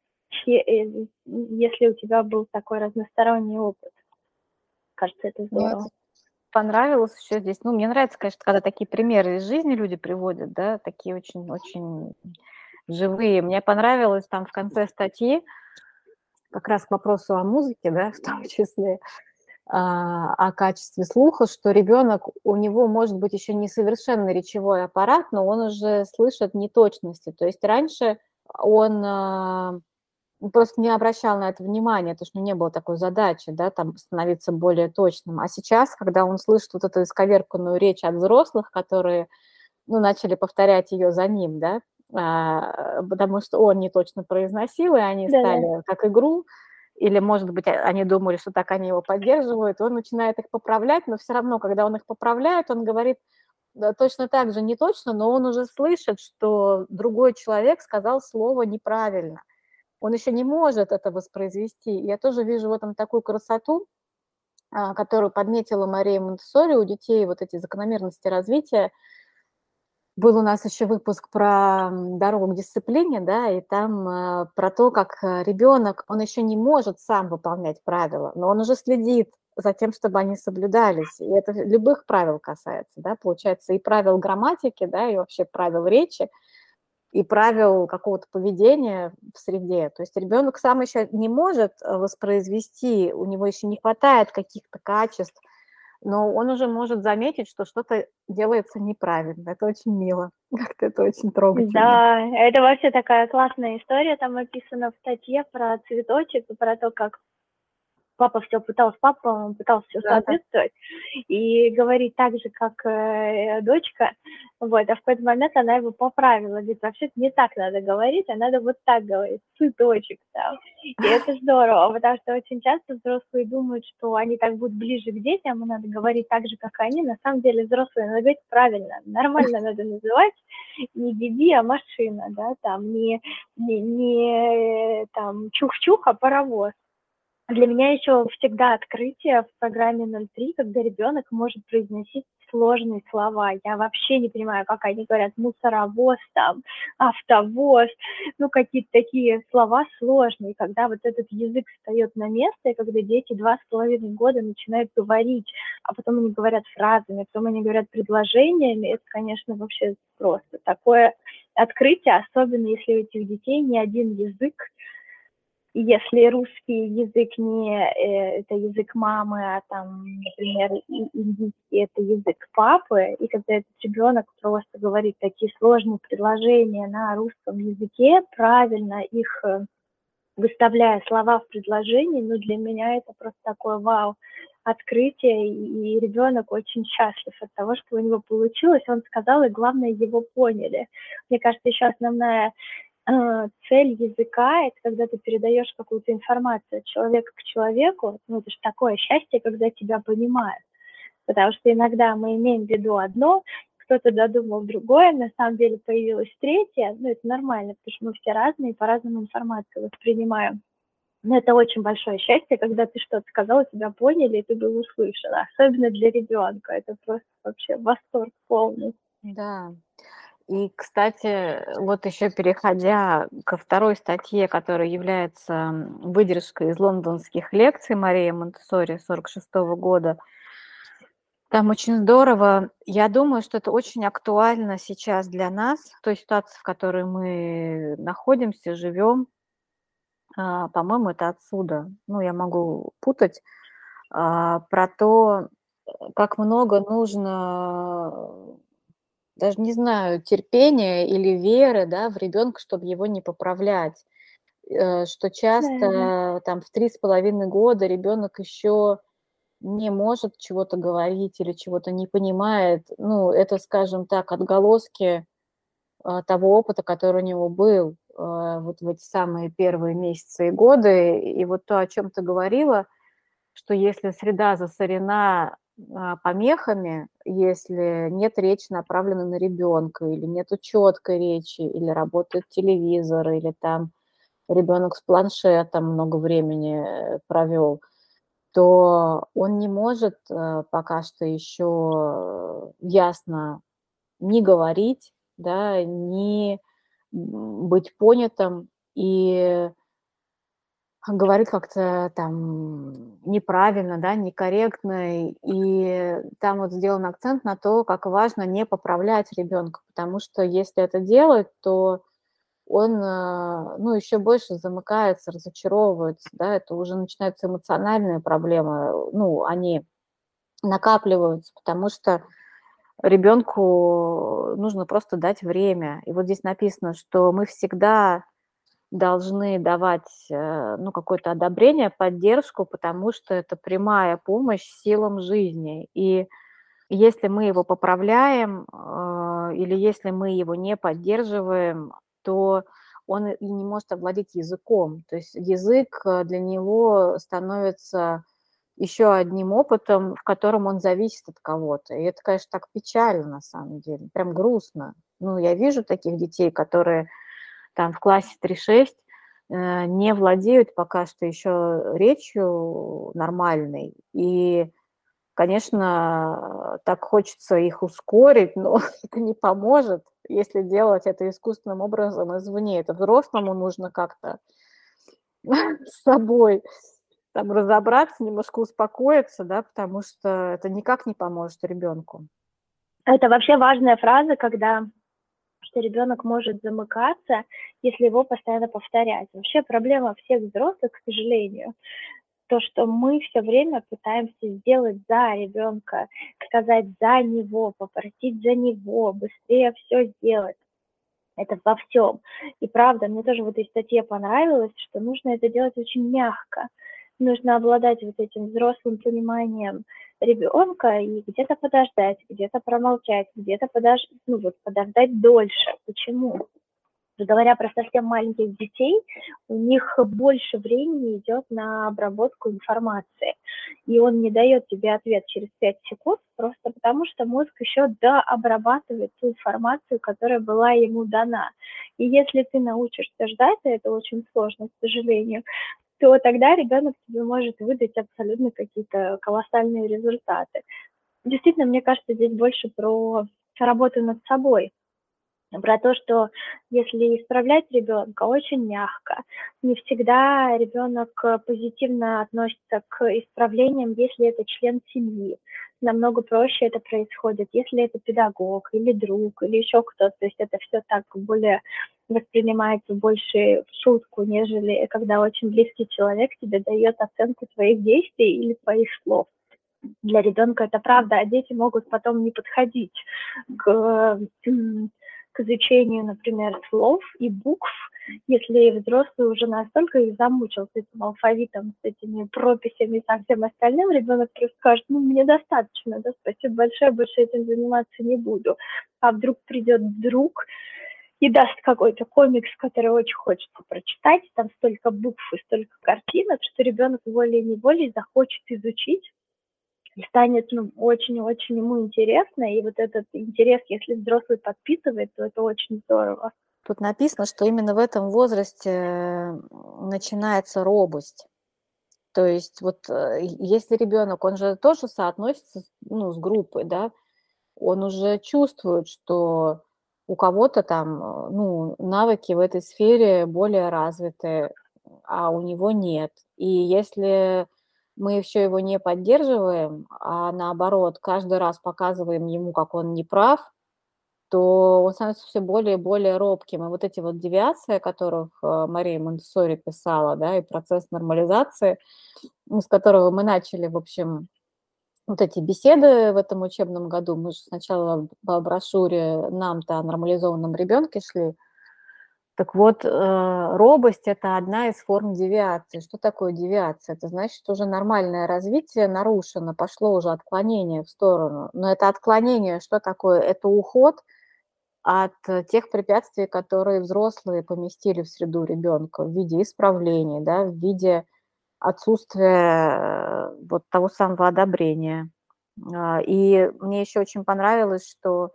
если у тебя был такой разносторонний опыт. Кажется, это Мне здорово. это понравилось еще здесь. Ну, мне нравится, конечно, когда такие примеры из жизни люди приводят, да, такие очень-очень живые. Мне понравилось там в конце статьи, как раз к вопросу о музыке, да, в том числе, а, о качестве слуха, что ребенок, у него может быть еще несовершенный речевой аппарат, но он уже слышит неточности. То есть раньше он а, просто не обращал на это внимания, потому что не было такой задачи, да, там становиться более точным. А сейчас, когда он слышит вот эту исковерканную речь от взрослых, которые, ну, начали повторять ее за ним, да, а, потому что он не точно произносил, и они Да-да. стали как игру, или, может быть, они думали, что так они его поддерживают, он начинает их поправлять, но все равно, когда он их поправляет, он говорит да, точно так же, не точно, но он уже слышит, что другой человек сказал слово неправильно. Он еще не может это воспроизвести. Я тоже вижу в этом такую красоту, а, которую подметила Мария Монтессори у детей, вот эти закономерности развития. Был у нас еще выпуск про дорогу к дисциплине, да, и там э, про то, как ребенок, он еще не может сам выполнять правила, но он уже следит за тем, чтобы они соблюдались. И это любых правил касается, да, получается, и правил грамматики, да, и вообще правил речи. и правил какого-то поведения в среде. То есть ребенок сам еще не может воспроизвести, у него еще не хватает каких-то качеств, но он уже может заметить, что что-то делается неправильно. Это очень мило, как-то это очень трогательно. Да, это вообще такая классная история, там описана в статье про цветочек и про то, как папа все пытался, папа он пытался все Да, да. соответствовать и говорить так же, как э, дочка, вот, а в какой-то момент она его поправила, говорит, вообще не так надо говорить, а надо вот так говорить, цветочек там, и это здорово, потому что очень часто взрослые думают, что они так будут ближе к детям, и надо говорить так же, как они, на самом деле взрослые надо говорить правильно, нормально надо называть, не биби, а машина, да, там, не, не, не там чух-чух, а паровоз. Для меня еще всегда открытие в программе ноль три, когда ребенок может произносить сложные слова. Я вообще не понимаю, как они говорят мусоровоз, там, автовоз, ну, какие-то такие слова сложные, когда вот этот язык встает на место, и когда дети два с половиной года начинают говорить, а потом они говорят фразами, потом они говорят предложениями, это, конечно, вообще просто такое открытие, особенно если у этих детей не один язык. И если русский язык не э, это язык мамы, а там, например, индийский это язык папы, и когда этот ребенок просто говорит такие сложные предложения на русском языке, правильно их э, выставляя слова в предложении, ну для меня это просто такое вау открытие, и ребенок очень счастлив от того, что у него получилось. Он сказал, и главное, его поняли. Мне кажется, еще основная цель языка – это когда ты передаешь какую-то информацию от человека к человеку. Ну, это же такое счастье, когда тебя понимают. Потому что иногда мы имеем в виду одно, кто-то додумал другое, на самом деле появилось третье. Ну, это нормально, потому что мы все разные, по-разному информацию воспринимаем. Но это очень большое счастье, когда ты что-то сказал, тебя поняли, и ты был услышан. Особенно для ребенка. Это просто вообще восторг полный. Да. И, кстати, вот еще переходя ко второй статье, которая является выдержкой из лондонских лекций Марии Монтессори сорок шестого года, там очень здорово. Я думаю, что это очень актуально сейчас для нас, в той ситуации, в которой мы находимся, живем. А, По-моему, это отсюда. Ну, я могу путать. а, Про то, как много нужно, даже не знаю, терпения или веры, да, в ребенка, чтобы его не поправлять. Э, Что Да. часто там в три с половиной года ребенок еще не может чего-то говорить или чего-то не понимает. Ну, это, скажем так, отголоски а, того опыта, который у него был а, вот в эти самые первые месяцы и годы. И вот то, о чем ты говорила, что если среда засорена а, помехами, если нет речи, направленной на ребенка, или нет четкой речи, или работает телевизор, или там ребенок с планшетом много времени э, провел, то он не может э, пока что еще ясно ни говорить, да, ни м, быть понятым, и говорит как-то там неправильно, да, некорректно. И там вот сделан акцент на то, как важно не поправлять ребенка, потому что если это делать, то он, э, ну, еще больше замыкается, разочаровывается, да, это уже начинаются эмоциональные проблемы, ну, они накапливаются, потому что ребенку нужно просто дать время. И вот здесь написано, что мы всегда должны давать, э, ну, какое-то одобрение, поддержку, потому что это прямая помощь силам жизни. И если мы его поправляем, э, или если мы его не поддерживаем, то он и не может овладеть языком. То есть язык э, для него становится еще одним опытом, в котором он зависит от кого-то. И это, конечно, так печально на самом деле, прям грустно. Ну, я вижу таких детей, которые там в классе три-шесть э, не владеют пока что еще речью нормальной. И, конечно, так хочется их ускорить, но это не поможет, если делать это искусственным образом извне. Это взрослому нужно как-то с собой там разобраться, немножко успокоиться, да, потому что это никак не поможет ребенку. Это вообще важная фраза, когда что ребенок может замыкаться, если его постоянно повторять. Вообще проблема всех взрослых, к сожалению, то, что мы все время пытаемся сделать за ребенка, сказать за него, попросить за него, быстрее все сделать. Это во всем. И правда, мне тоже в этой статье понравилось, что нужно это делать очень мягко. Нужно обладать вот этим взрослым пониманием ребенка и где-то подождать, где-то промолчать, где-то подож... ну, вот, подождать дольше. Почему? Говоря про совсем маленьких детей, у них больше времени идет на обработку информации. И он не дает тебе ответ через пять секунд, просто потому что мозг еще дообрабатывает ту информацию, которая была ему дана. И если ты научишься ждать, а это очень сложно, к сожалению, то тогда ребенок тебе может выдать абсолютно какие-то колоссальные результаты. Действительно, мне кажется, здесь больше про работу над собой, про то, что если исправлять ребенка очень мягко, не всегда ребенок позитивно относится к исправлениям, если это член семьи. Намного проще это происходит, если это педагог или друг, или еще кто-то. То есть это все так более воспринимается больше в шутку, нежели когда очень близкий человек тебе дает оценку твоих действий или твоих слов. Для ребенка это правда, а дети могут потом не подходить к к изучению, например, слов и букв, если взрослый уже настолько их замучил с этим алфавитом, с этими прописями и со всем остальным, ребенок просто скажет, ну, мне достаточно, да, спасибо большое, больше этим заниматься не буду. А вдруг придет друг и даст какой-то комикс, который очень хочется прочитать, там столько букв и столько картинок, что ребенок волей-неволей захочет изучить, и станет ну, очень-очень ему интересно, и вот этот интерес, если взрослый подпитывает, то это очень здорово. Тут написано, что именно в этом возрасте начинается робость. То есть вот если ребенок, он же тоже соотносится ну, с группой, да, он уже чувствует, что у кого-то там ну, навыки в этой сфере более развиты, а у него нет. И если мы еще его не поддерживаем, а наоборот, каждый раз показываем ему, как он не прав, то он становится все более и более робким. И вот эти вот девиации, о которых Мария Монтессори писала, да, и процесс нормализации, с которого мы начали, в общем, вот эти беседы в этом учебном году. Мы же сначала по брошюре «Нам-то о нормализованном ребенке» шли. Так вот, робость – это одна из форм девиации. Что такое девиация? Это значит, что уже нормальное развитие нарушено, пошло уже отклонение в сторону. Но это отклонение, что такое? Это уход от тех препятствий, которые взрослые поместили в среду ребенка в виде исправлений, да, в виде отсутствия вот того самого одобрения. И мне еще очень понравилось, что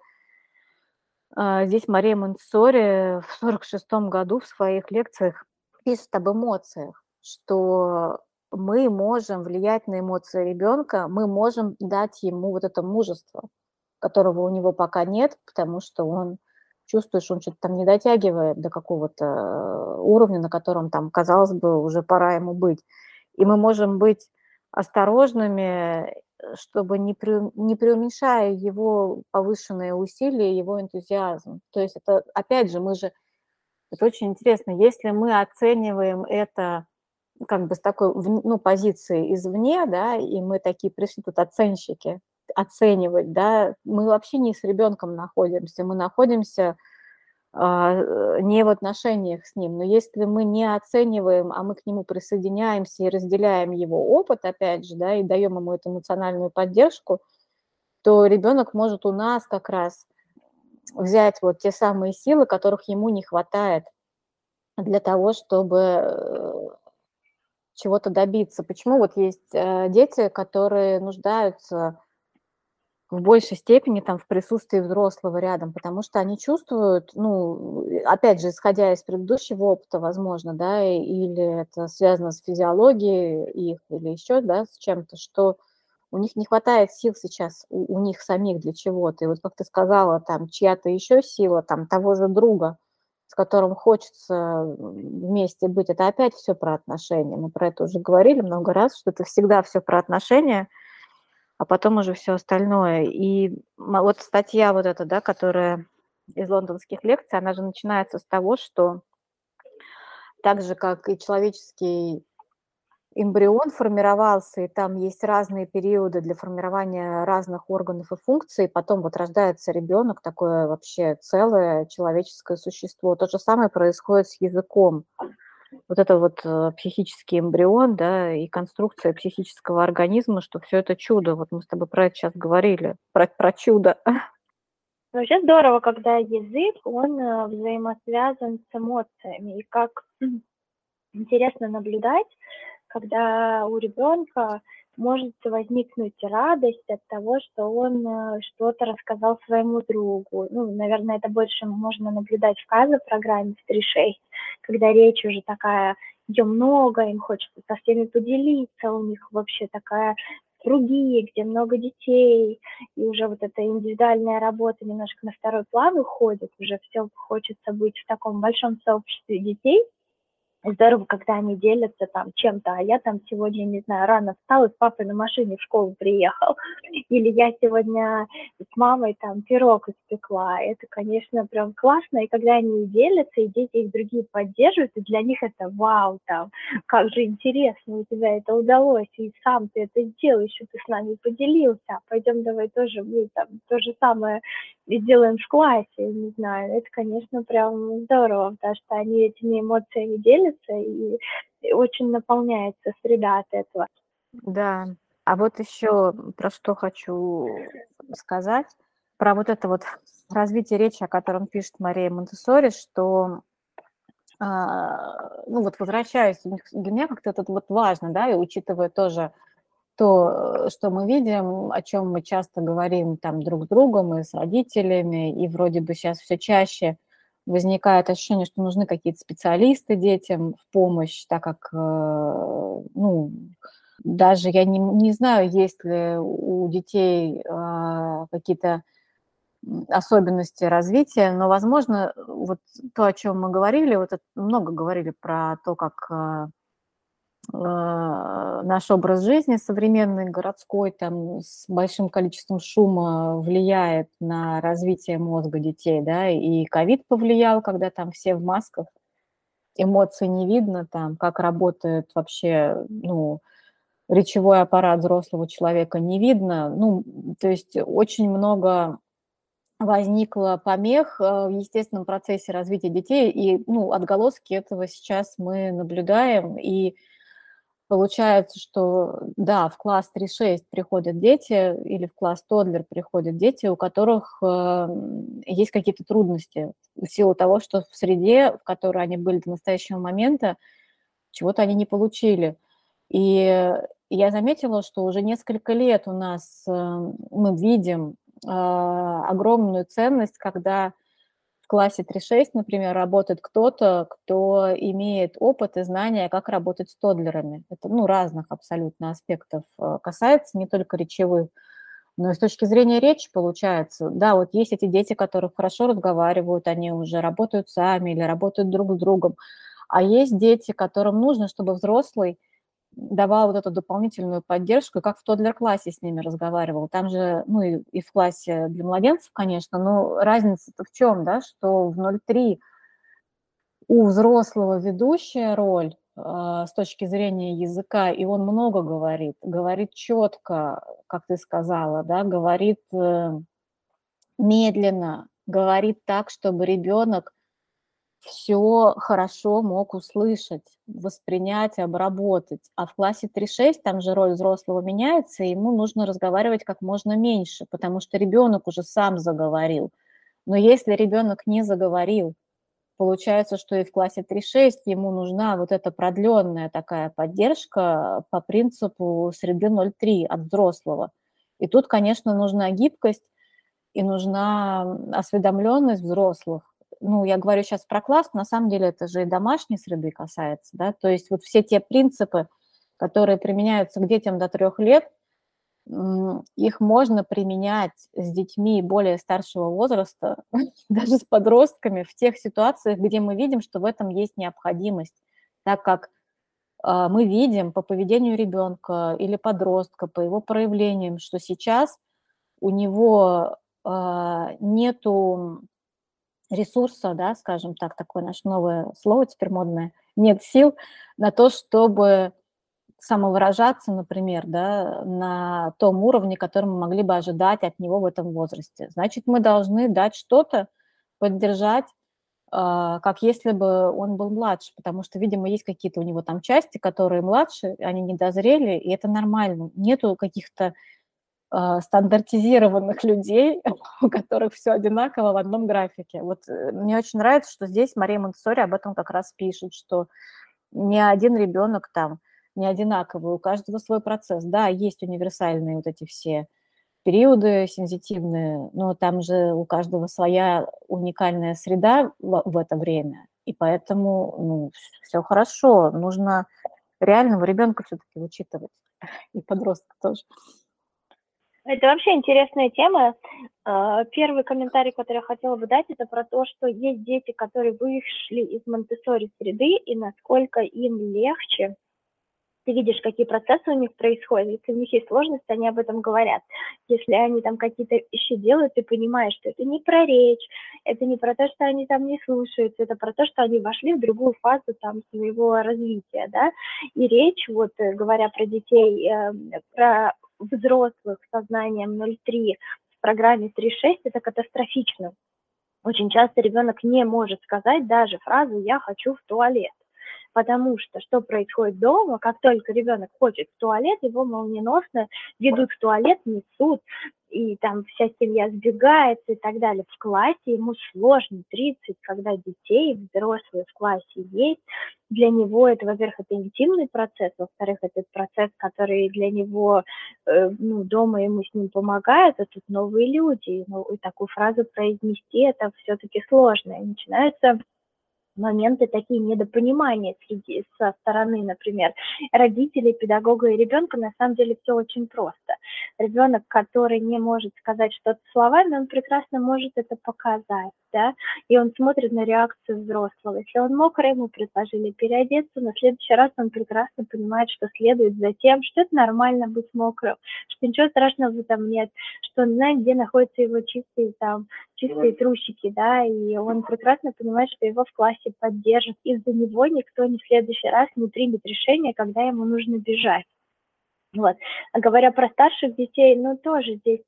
здесь Мария Монтессори в сорок шестом году в своих лекциях пишет об эмоциях, что мы можем влиять на эмоции ребенка, мы можем дать ему вот это мужество, которого у него пока нет, потому что он чувствует, что он что-то там не дотягивает до какого-то уровня, на котором там, казалось бы, уже пора ему быть. И мы можем быть осторожными, чтобы не, пре, не преуменьшая его повышенные усилия, его энтузиазм. То есть это, опять же, мы же, это очень интересно, если мы оцениваем это как бы с такой ну, позиции извне, да, и мы такие пришли тут оценщики, оценивать, да, мы вообще не с ребенком находимся, мы находимся э, не в отношениях с ним, но если мы не оцениваем, а мы к нему присоединяемся и разделяем его опыт, опять же, да, и даем ему эту эмоциональную поддержку, то ребенок может у нас как раз взять вот те самые силы, которых ему не хватает для того, чтобы чего-то добиться. Почему вот есть дети, которые нуждаются в большей степени там в присутствии взрослого рядом, потому что они чувствуют, ну, опять же, исходя из предыдущего опыта, возможно, да, или это связано с физиологией их, или еще, да, с чем-то, что у них не хватает сил сейчас, у, у них самих для чего-то. И вот как ты сказала, там, чья-то еще сила, там, того же друга, с которым хочется вместе быть, это опять все про отношения. Мы про это уже говорили много раз, что это всегда все про отношения, а потом уже все остальное. И вот статья вот эта, да, которая из лондонских лекций, она же начинается с того, что так же, как и человеческий эмбрион формировался, и там есть разные периоды для формирования разных органов и функций, потом вот рождается ребенок, такое вообще целое человеческое существо. То же самое происходит с языком. Вот это вот э, психический эмбрион, да, и конструкция психического организма, что все это чудо. Вот мы с тобой про это сейчас говорили, про, про чудо. Вообще здорово, когда язык, он э, взаимосвязан с эмоциями, и как интересно наблюдать, когда у ребенка может возникнуть радость от того, что он э, что-то рассказал своему другу. Ну, наверное, это больше можно наблюдать в Каза-программе в три шесть, когда речь уже такая, ее много, им хочется со всеми поделиться, у них вообще такая круги, где много детей, и уже вот эта индивидуальная работа немножко на второй план уходит, уже все хочется быть в таком большом сообществе детей. Здорово, когда они делятся там чем-то, а я там сегодня, не знаю, рано встал и с папой на машине в школу приехал, или я сегодня с мамой там пирог испекла. Это, конечно, прям классно, и когда они делятся, и дети их другие поддерживают, и для них это вау, там, как же интересно, у тебя это удалось, и сам ты это сделал, еще ты с нами поделился, пойдем давай тоже мы там то же самое и сделаем в классе, не знаю, это, конечно, прям здорово, потому что они этими эмоциями делятся, и, и очень наполняется среда от этого. Да, а вот еще про что хочу сказать, про вот это вот развитие речи, о котором пишет Мария Монтессори, что, а, ну вот возвращаясь, для меня как-то это вот важно, да, и учитывая тоже то, что мы видим, о чем мы часто говорим там друг с другом и с родителями, и вроде бы сейчас все чаще возникает ощущение, что нужны какие-то специалисты детям в помощь, так как, э, ну, даже я не, не знаю, есть ли у детей а, какие-то особенности развития, но, возможно, вот то, о чем мы говорили, вот это, много говорили про то, как а, а, наш образ жизни современный, городской, там, с большим количеством шума влияет на развитие мозга детей, да, и ковид повлиял, когда там все в масках, эмоций не видно, там, как работает вообще, ну, речевой аппарат взрослого человека не видно. Ну, то есть очень много возникло помех э, в естественном процессе развития детей, и, ну, отголоски этого сейчас мы наблюдаем, и получается, что, да, в класс три шесть приходят дети или в класс тоддлер приходят дети, у которых э, есть какие-то трудности в силу того, что в среде, в которой они были до настоящего момента, чего-то они не получили. И я заметила, что уже несколько лет у нас э, мы видим э, огромную ценность, когда в классе три шесть, например, работает кто-то, кто имеет опыт и знания, как работать с тоддлерами. Это, ну, разных абсолютно аспектов э, касается, не только речевых, но и с точки зрения речи получается. Да, вот есть эти дети, которые хорошо разговаривают, они уже работают сами или работают друг с другом, а есть дети, которым нужно, чтобы взрослый давал вот эту дополнительную поддержку, как в тоддлер-классе с ними разговаривал. Там же, ну и, и в классе для младенцев, конечно, но разница-то в чем, да, что в ноль три у взрослого ведущая роль э, с точки зрения языка, и он много говорит, говорит четко, как ты сказала, да, говорит э, медленно, говорит так, чтобы ребенок все хорошо мог услышать, воспринять, обработать. А в классе три шесть там же роль взрослого меняется, и ему нужно разговаривать как можно меньше, потому что ребенок уже сам заговорил. Но если ребенок не заговорил, получается, что и в классе три шесть ему нужна вот эта продленная такая поддержка по принципу среды ноль три от взрослого. И тут, конечно, нужна гибкость и нужна осведомленность взрослых. Ну, я говорю сейчас про класс, на самом деле это же и домашней среды касается, да, то есть вот все те принципы, которые применяются к детям до трех лет, их можно применять с детьми более старшего возраста, даже с подростками в тех ситуациях, где мы видим, что в этом есть необходимость, так как а, мы видим по поведению ребенка или подростка, по его проявлениям, что сейчас у него а, нету ресурса, да, скажем так, такое наше новое слово теперь модное, нет сил на то, чтобы самовыражаться, например, да, на том уровне, который мы могли бы ожидать от него в этом возрасте. Значит, мы должны дать что-то, поддержать, а, как если бы он был младше, потому что, видимо, есть какие-то у него там части, которые младше, они не дозрели, и это нормально. Нету каких-то а, стандартизированных людей, у которых все одинаково в одном графике. Вот э, мне очень нравится, что здесь Мария Монтессори об этом как раз пишет, что ни один ребенок там не одинаковый, у каждого свой процесс. Да, есть универсальные вот эти все периоды сензитивные, но там же у каждого своя уникальная среда в, в это время, и поэтому ну, все хорошо. Нужно реального ребенка все-таки учитывать, и подростка тоже. Это вообще интересная тема. А, Первый комментарий, который я хотела бы дать, это про то, что есть дети, которые вышли из Монтессори среды, и насколько им легче. Ты видишь, какие процессы у них происходят. Если у них есть сложности, они об этом говорят. Если они там какие-то вещи делают, ты понимаешь, что это не про речь, это не про то, что они там не слушаются, это про то, что они вошли в другую фазу там своего развития, да. И речь, вот э, говоря про детей, э, про взрослых с сознанием ноль три в программе три шесть, это катастрофично. Очень часто ребенок не может сказать даже фразу «я хочу в туалет». Потому что что происходит дома, как только ребенок хочет в туалет, его молниеносно ведут в туалет, несут, и там вся семья сбегается и так далее. В классе ему сложно, тридцать, когда детей, взрослые в классе есть. Для него это, во-первых, это интимный процесс, во-вторых, это процесс, который для него, э, ну, дома ему с ним помогает, а тут новые люди. Ну, и такую фразу произнести, это все-таки сложно. И начинаются моменты такие недопонимания среди, со стороны, например, родителей, педагога и ребенка. На самом деле все очень просто. Ребенок, который не может сказать что-то словами, он прекрасно может это показать, да, и он смотрит на реакцию взрослого. Если он мокрый, ему предложили переодеться, на следующий раз он прекрасно понимает, что следует за тем, что это нормально быть мокрым, что ничего страшного в этом нет, что он знает, где находятся его чистые там чистые трусики, да, и он прекрасно понимает, что его в классе поддержат. Из-за него никто ни в следующий раз не примет решение, когда ему нужно бежать. Вот. А говоря про старших детей, ну, тоже здесь,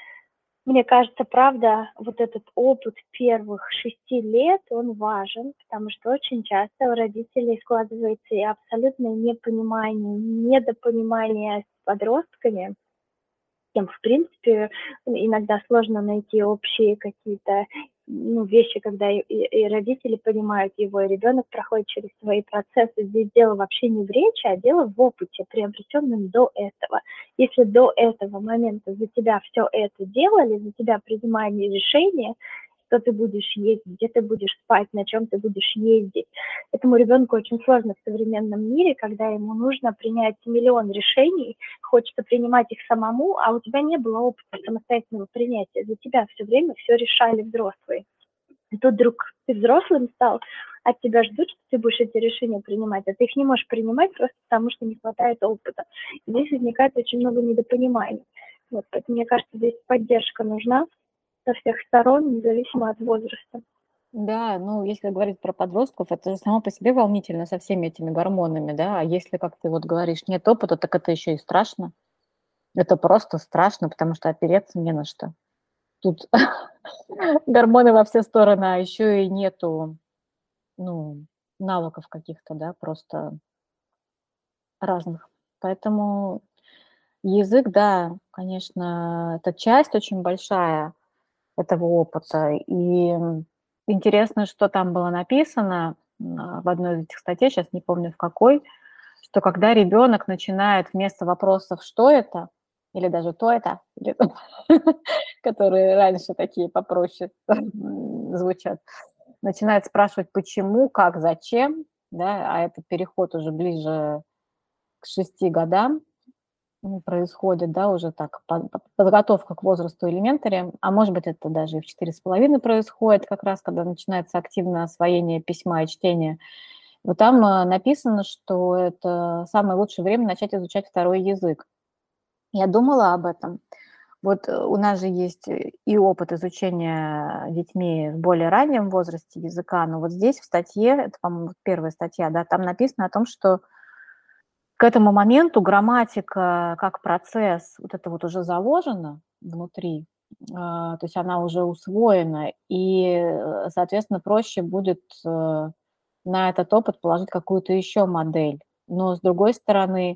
мне кажется, правда, вот этот опыт первых шести лет, он важен, потому что очень часто у родителей складывается и абсолютное непонимание, недопонимание с подростками, тем, в принципе, иногда сложно найти общие какие-то ну, вещи, когда и, и родители понимают его, и ребенок проходит через свои процессы. Здесь дело вообще не в речи, а дело в опыте, приобретенном до этого. Если до этого момента за тебя все это делали, за тебя принимали решения, что ты будешь есть, где ты будешь спать, на чем ты будешь ездить. Этому ребенку очень сложно в современном мире, когда ему нужно принять миллион решений, хочется принимать их самому, а у тебя не было опыта самостоятельного принятия. За тебя все время все решали взрослые. И тут вдруг ты взрослым стал, от тебя ждут, что ты будешь эти решения принимать, а ты их не можешь принимать просто потому, что не хватает опыта. И здесь возникает очень много недопониманий. Вот, поэтому, мне кажется, здесь поддержка нужна со всех сторон, независимо от возраста. Да, ну, если говорить про подростков, это же само по себе волнительно со всеми этими гормонами, да, а если, как ты вот говоришь, нет опыта, так это еще и страшно. Это просто страшно, потому что опереться не на что. Тут гормоны во все стороны, а еще и нету, ну, навыков каких-то, да, просто разных. Поэтому язык, да, конечно, это часть очень большая этого опыта. И интересно, что там было написано в одной из этих статей, сейчас не помню в какой, что когда ребенок начинает вместо вопросов «что это?» или даже «то это?», или, которые раньше такие попроще звучат, начинает спрашивать «почему?», «как?», «зачем?», да, а это переход уже ближе к шести годам происходит, да, уже так, подготовка к возрасту элементари, а может быть, это даже и в четыре с половиной происходит, как раз когда начинается активное освоение письма и чтения. Вот там написано, что это самое лучшее время начать изучать второй язык. Я думала об этом. Вот э, у нас же есть э, и опыт изучения детьми в более раннем возрасте языка, но вот здесь в статье, это, по-моему, первая статья, да, там написано о том, что к этому моменту грамматика как процесс, вот это вот уже заложено внутри, а, то есть она уже усвоена, и, э, соответственно, проще будет э, на этот опыт положить какую-то еще модель. Но, с другой стороны,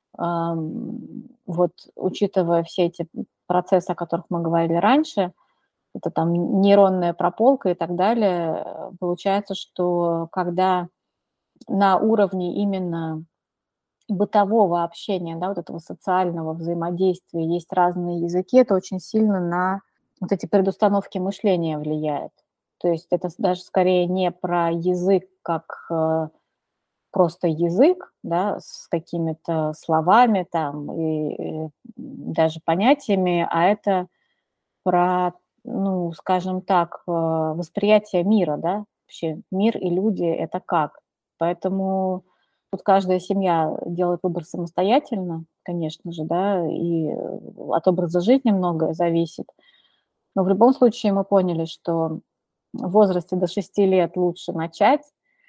ам, вот учитывая все эти процессы, о которых мы говорили раньше, это там нейронная прополка и так далее, э, получается, что когда на уровне именно бытового общения, да, вот этого социального взаимодействия есть разные языки, это очень сильно на вот эти предустановки мышления влияет. То есть это с- даже скорее не про язык как э, просто язык, да, с какими-то словами там и э, даже понятиями, а это про, ну, скажем так, э, восприятие мира, да, вообще мир и люди – это как. Поэтому тут каждая семья делает выбор самостоятельно, конечно же, да, и э, от образа жизни многое зависит. Но в любом случае мы поняли, что в возрасте до шести лет лучше начать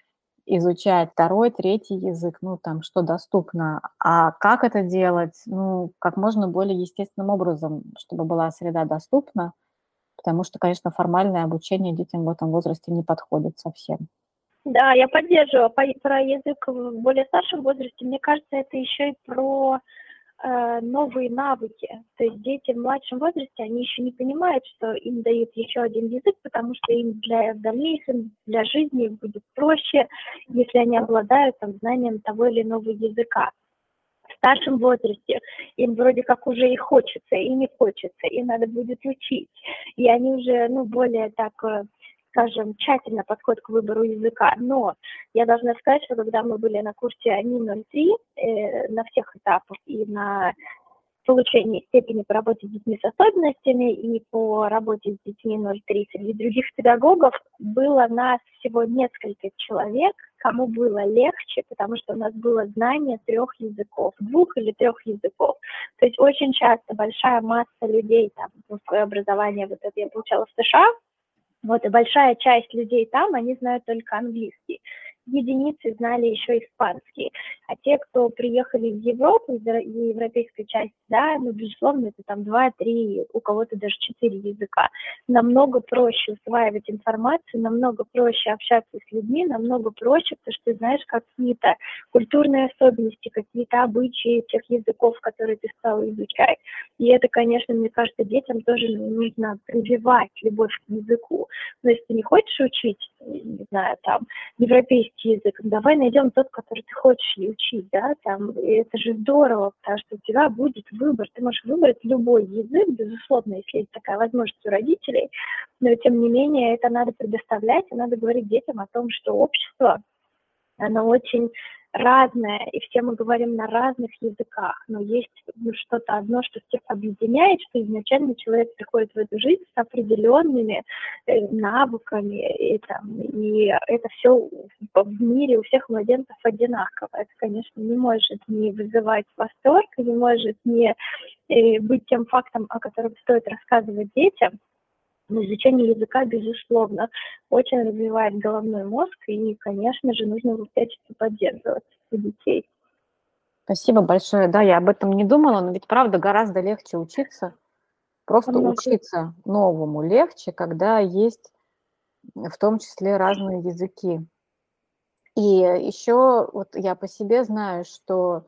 изучать второй, третий язык, ну, там, что доступно. А как это делать? Ну, как можно более естественным образом, чтобы была среда доступна, потому что, конечно, формальное обучение детям в этом возрасте не подходит совсем. Да, я поддерживаю по- про язык в более старшем возрасте. Мне кажется, это еще и про э, новые навыки. То есть дети в младшем возрасте, они еще не понимают, что им дают еще один язык, потому что им для в дальнейшем, для жизни будет проще, если они обладают там, знанием того или иного языка. В старшем возрасте им вроде как уже и хочется, и не хочется, и надо будет учить. И они уже, ну, более так, э, скажем, тщательно подходят к выбору языка. Но я должна сказать, что когда мы были на курсе АНИ ноль три, э, на всех этапах, и на получении степени по работе с детьми с особенностями и по работе с детьми ноль три среди других педагогов было нас всего несколько человек, кому было легче, потому что у нас было знание трех языков, двух или трех языков. То есть очень часто большая масса людей, там, свое образование вот это я получала в США, вот, и большая часть людей там, они знают только английский. Единицы знали еще испанский. А те, кто приехали из Европы, из европейской части, да, ну, безусловно, это там два-три, у кого-то даже четыре языка. Намного проще усваивать информацию, намного проще общаться с людьми, намного проще, потому что ты знаешь какие-то культурные особенности, какие-то обычаи тех языков, которые ты стал изучать. И это, конечно, мне кажется, детям тоже нужно прививать любовь к языку. Но если ты не хочешь учить, не знаю, там, европейский язык, давай найдем тот, который ты хочешь учить, да, там, и это же здорово, потому что у тебя будет выбор, ты можешь выбрать любой язык, безусловно, если есть такая возможность у родителей, но тем не менее это надо предоставлять, и надо говорить детям о том, что общество, оно очень разное, и все мы говорим на разных языках, но есть ну, что-то одно, что всех объединяет, что изначально человек приходит в эту жизнь с определенными э, навыками, и, там, и это все в мире у всех младенцев одинаково. Это, конечно, не может не вызывать восторг, не может не э, быть тем фактом, о котором стоит рассказывать детям. Но изучение языка, безусловно, очень развивает головной мозг, и, конечно же, нужно его всячески поддерживать у детей. Спасибо большое. Да, я об этом не думала, но ведь правда гораздо легче учиться, просто Намного. учиться новому легче, когда есть в том числе разные языки. И еще вот я по себе знаю, что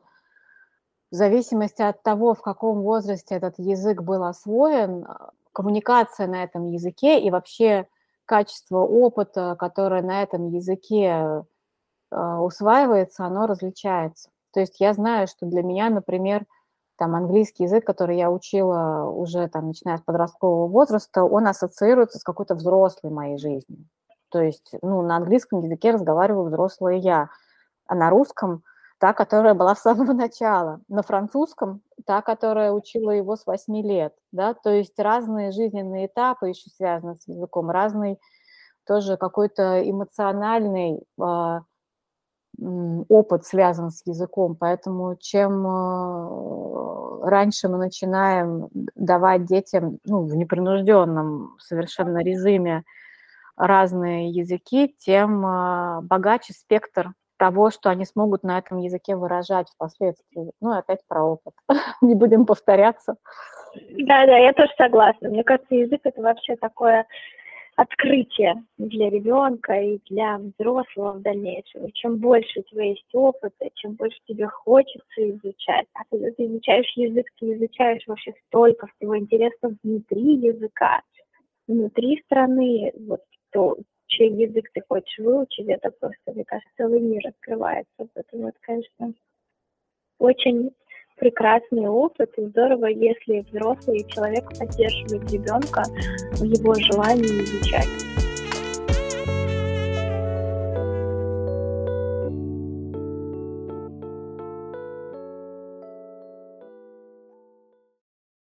в зависимости от того, в каком возрасте этот язык был освоен, а, коммуникация на этом языке и вообще качество опыта, которое на этом языке а, усваивается, оно различается. То есть я знаю, что для меня, например, там английский язык, который я учила уже там, начиная с подросткового возраста, он ассоциируется с какой-то взрослой моей жизнью. То есть, ну, на английском языке разговариваю взрослая я, а на русском та, которая была с самого начала, на французском та, которая учила его с восьми лет, да, то есть разные жизненные этапы еще связаны с языком, разный тоже какой-то эмоциональный, а, опыт связан с языком, поэтому чем раньше мы начинаем давать детям, ну, в непринужденном совершенно режиме разные языки, тем богаче спектр того, что они смогут на этом языке выражать впоследствии. Ну, опять про опыт. Не будем повторяться. Да-да, я тоже согласна. Мне кажется, язык – это вообще такое открытие для ребенка и для взрослого в дальнейшем. И чем больше у тебя есть опыта, чем больше тебе хочется изучать. А когда ты изучаешь язык, ты изучаешь вообще столько всего интересного внутри языка, внутри страны. Вот то, чей язык ты хочешь выучить, это просто, мне кажется, целый мир открывается. Поэтому это, конечно, очень прекрасный опыт, и здорово, если взрослый человек поддерживает ребенка в его желании изучать.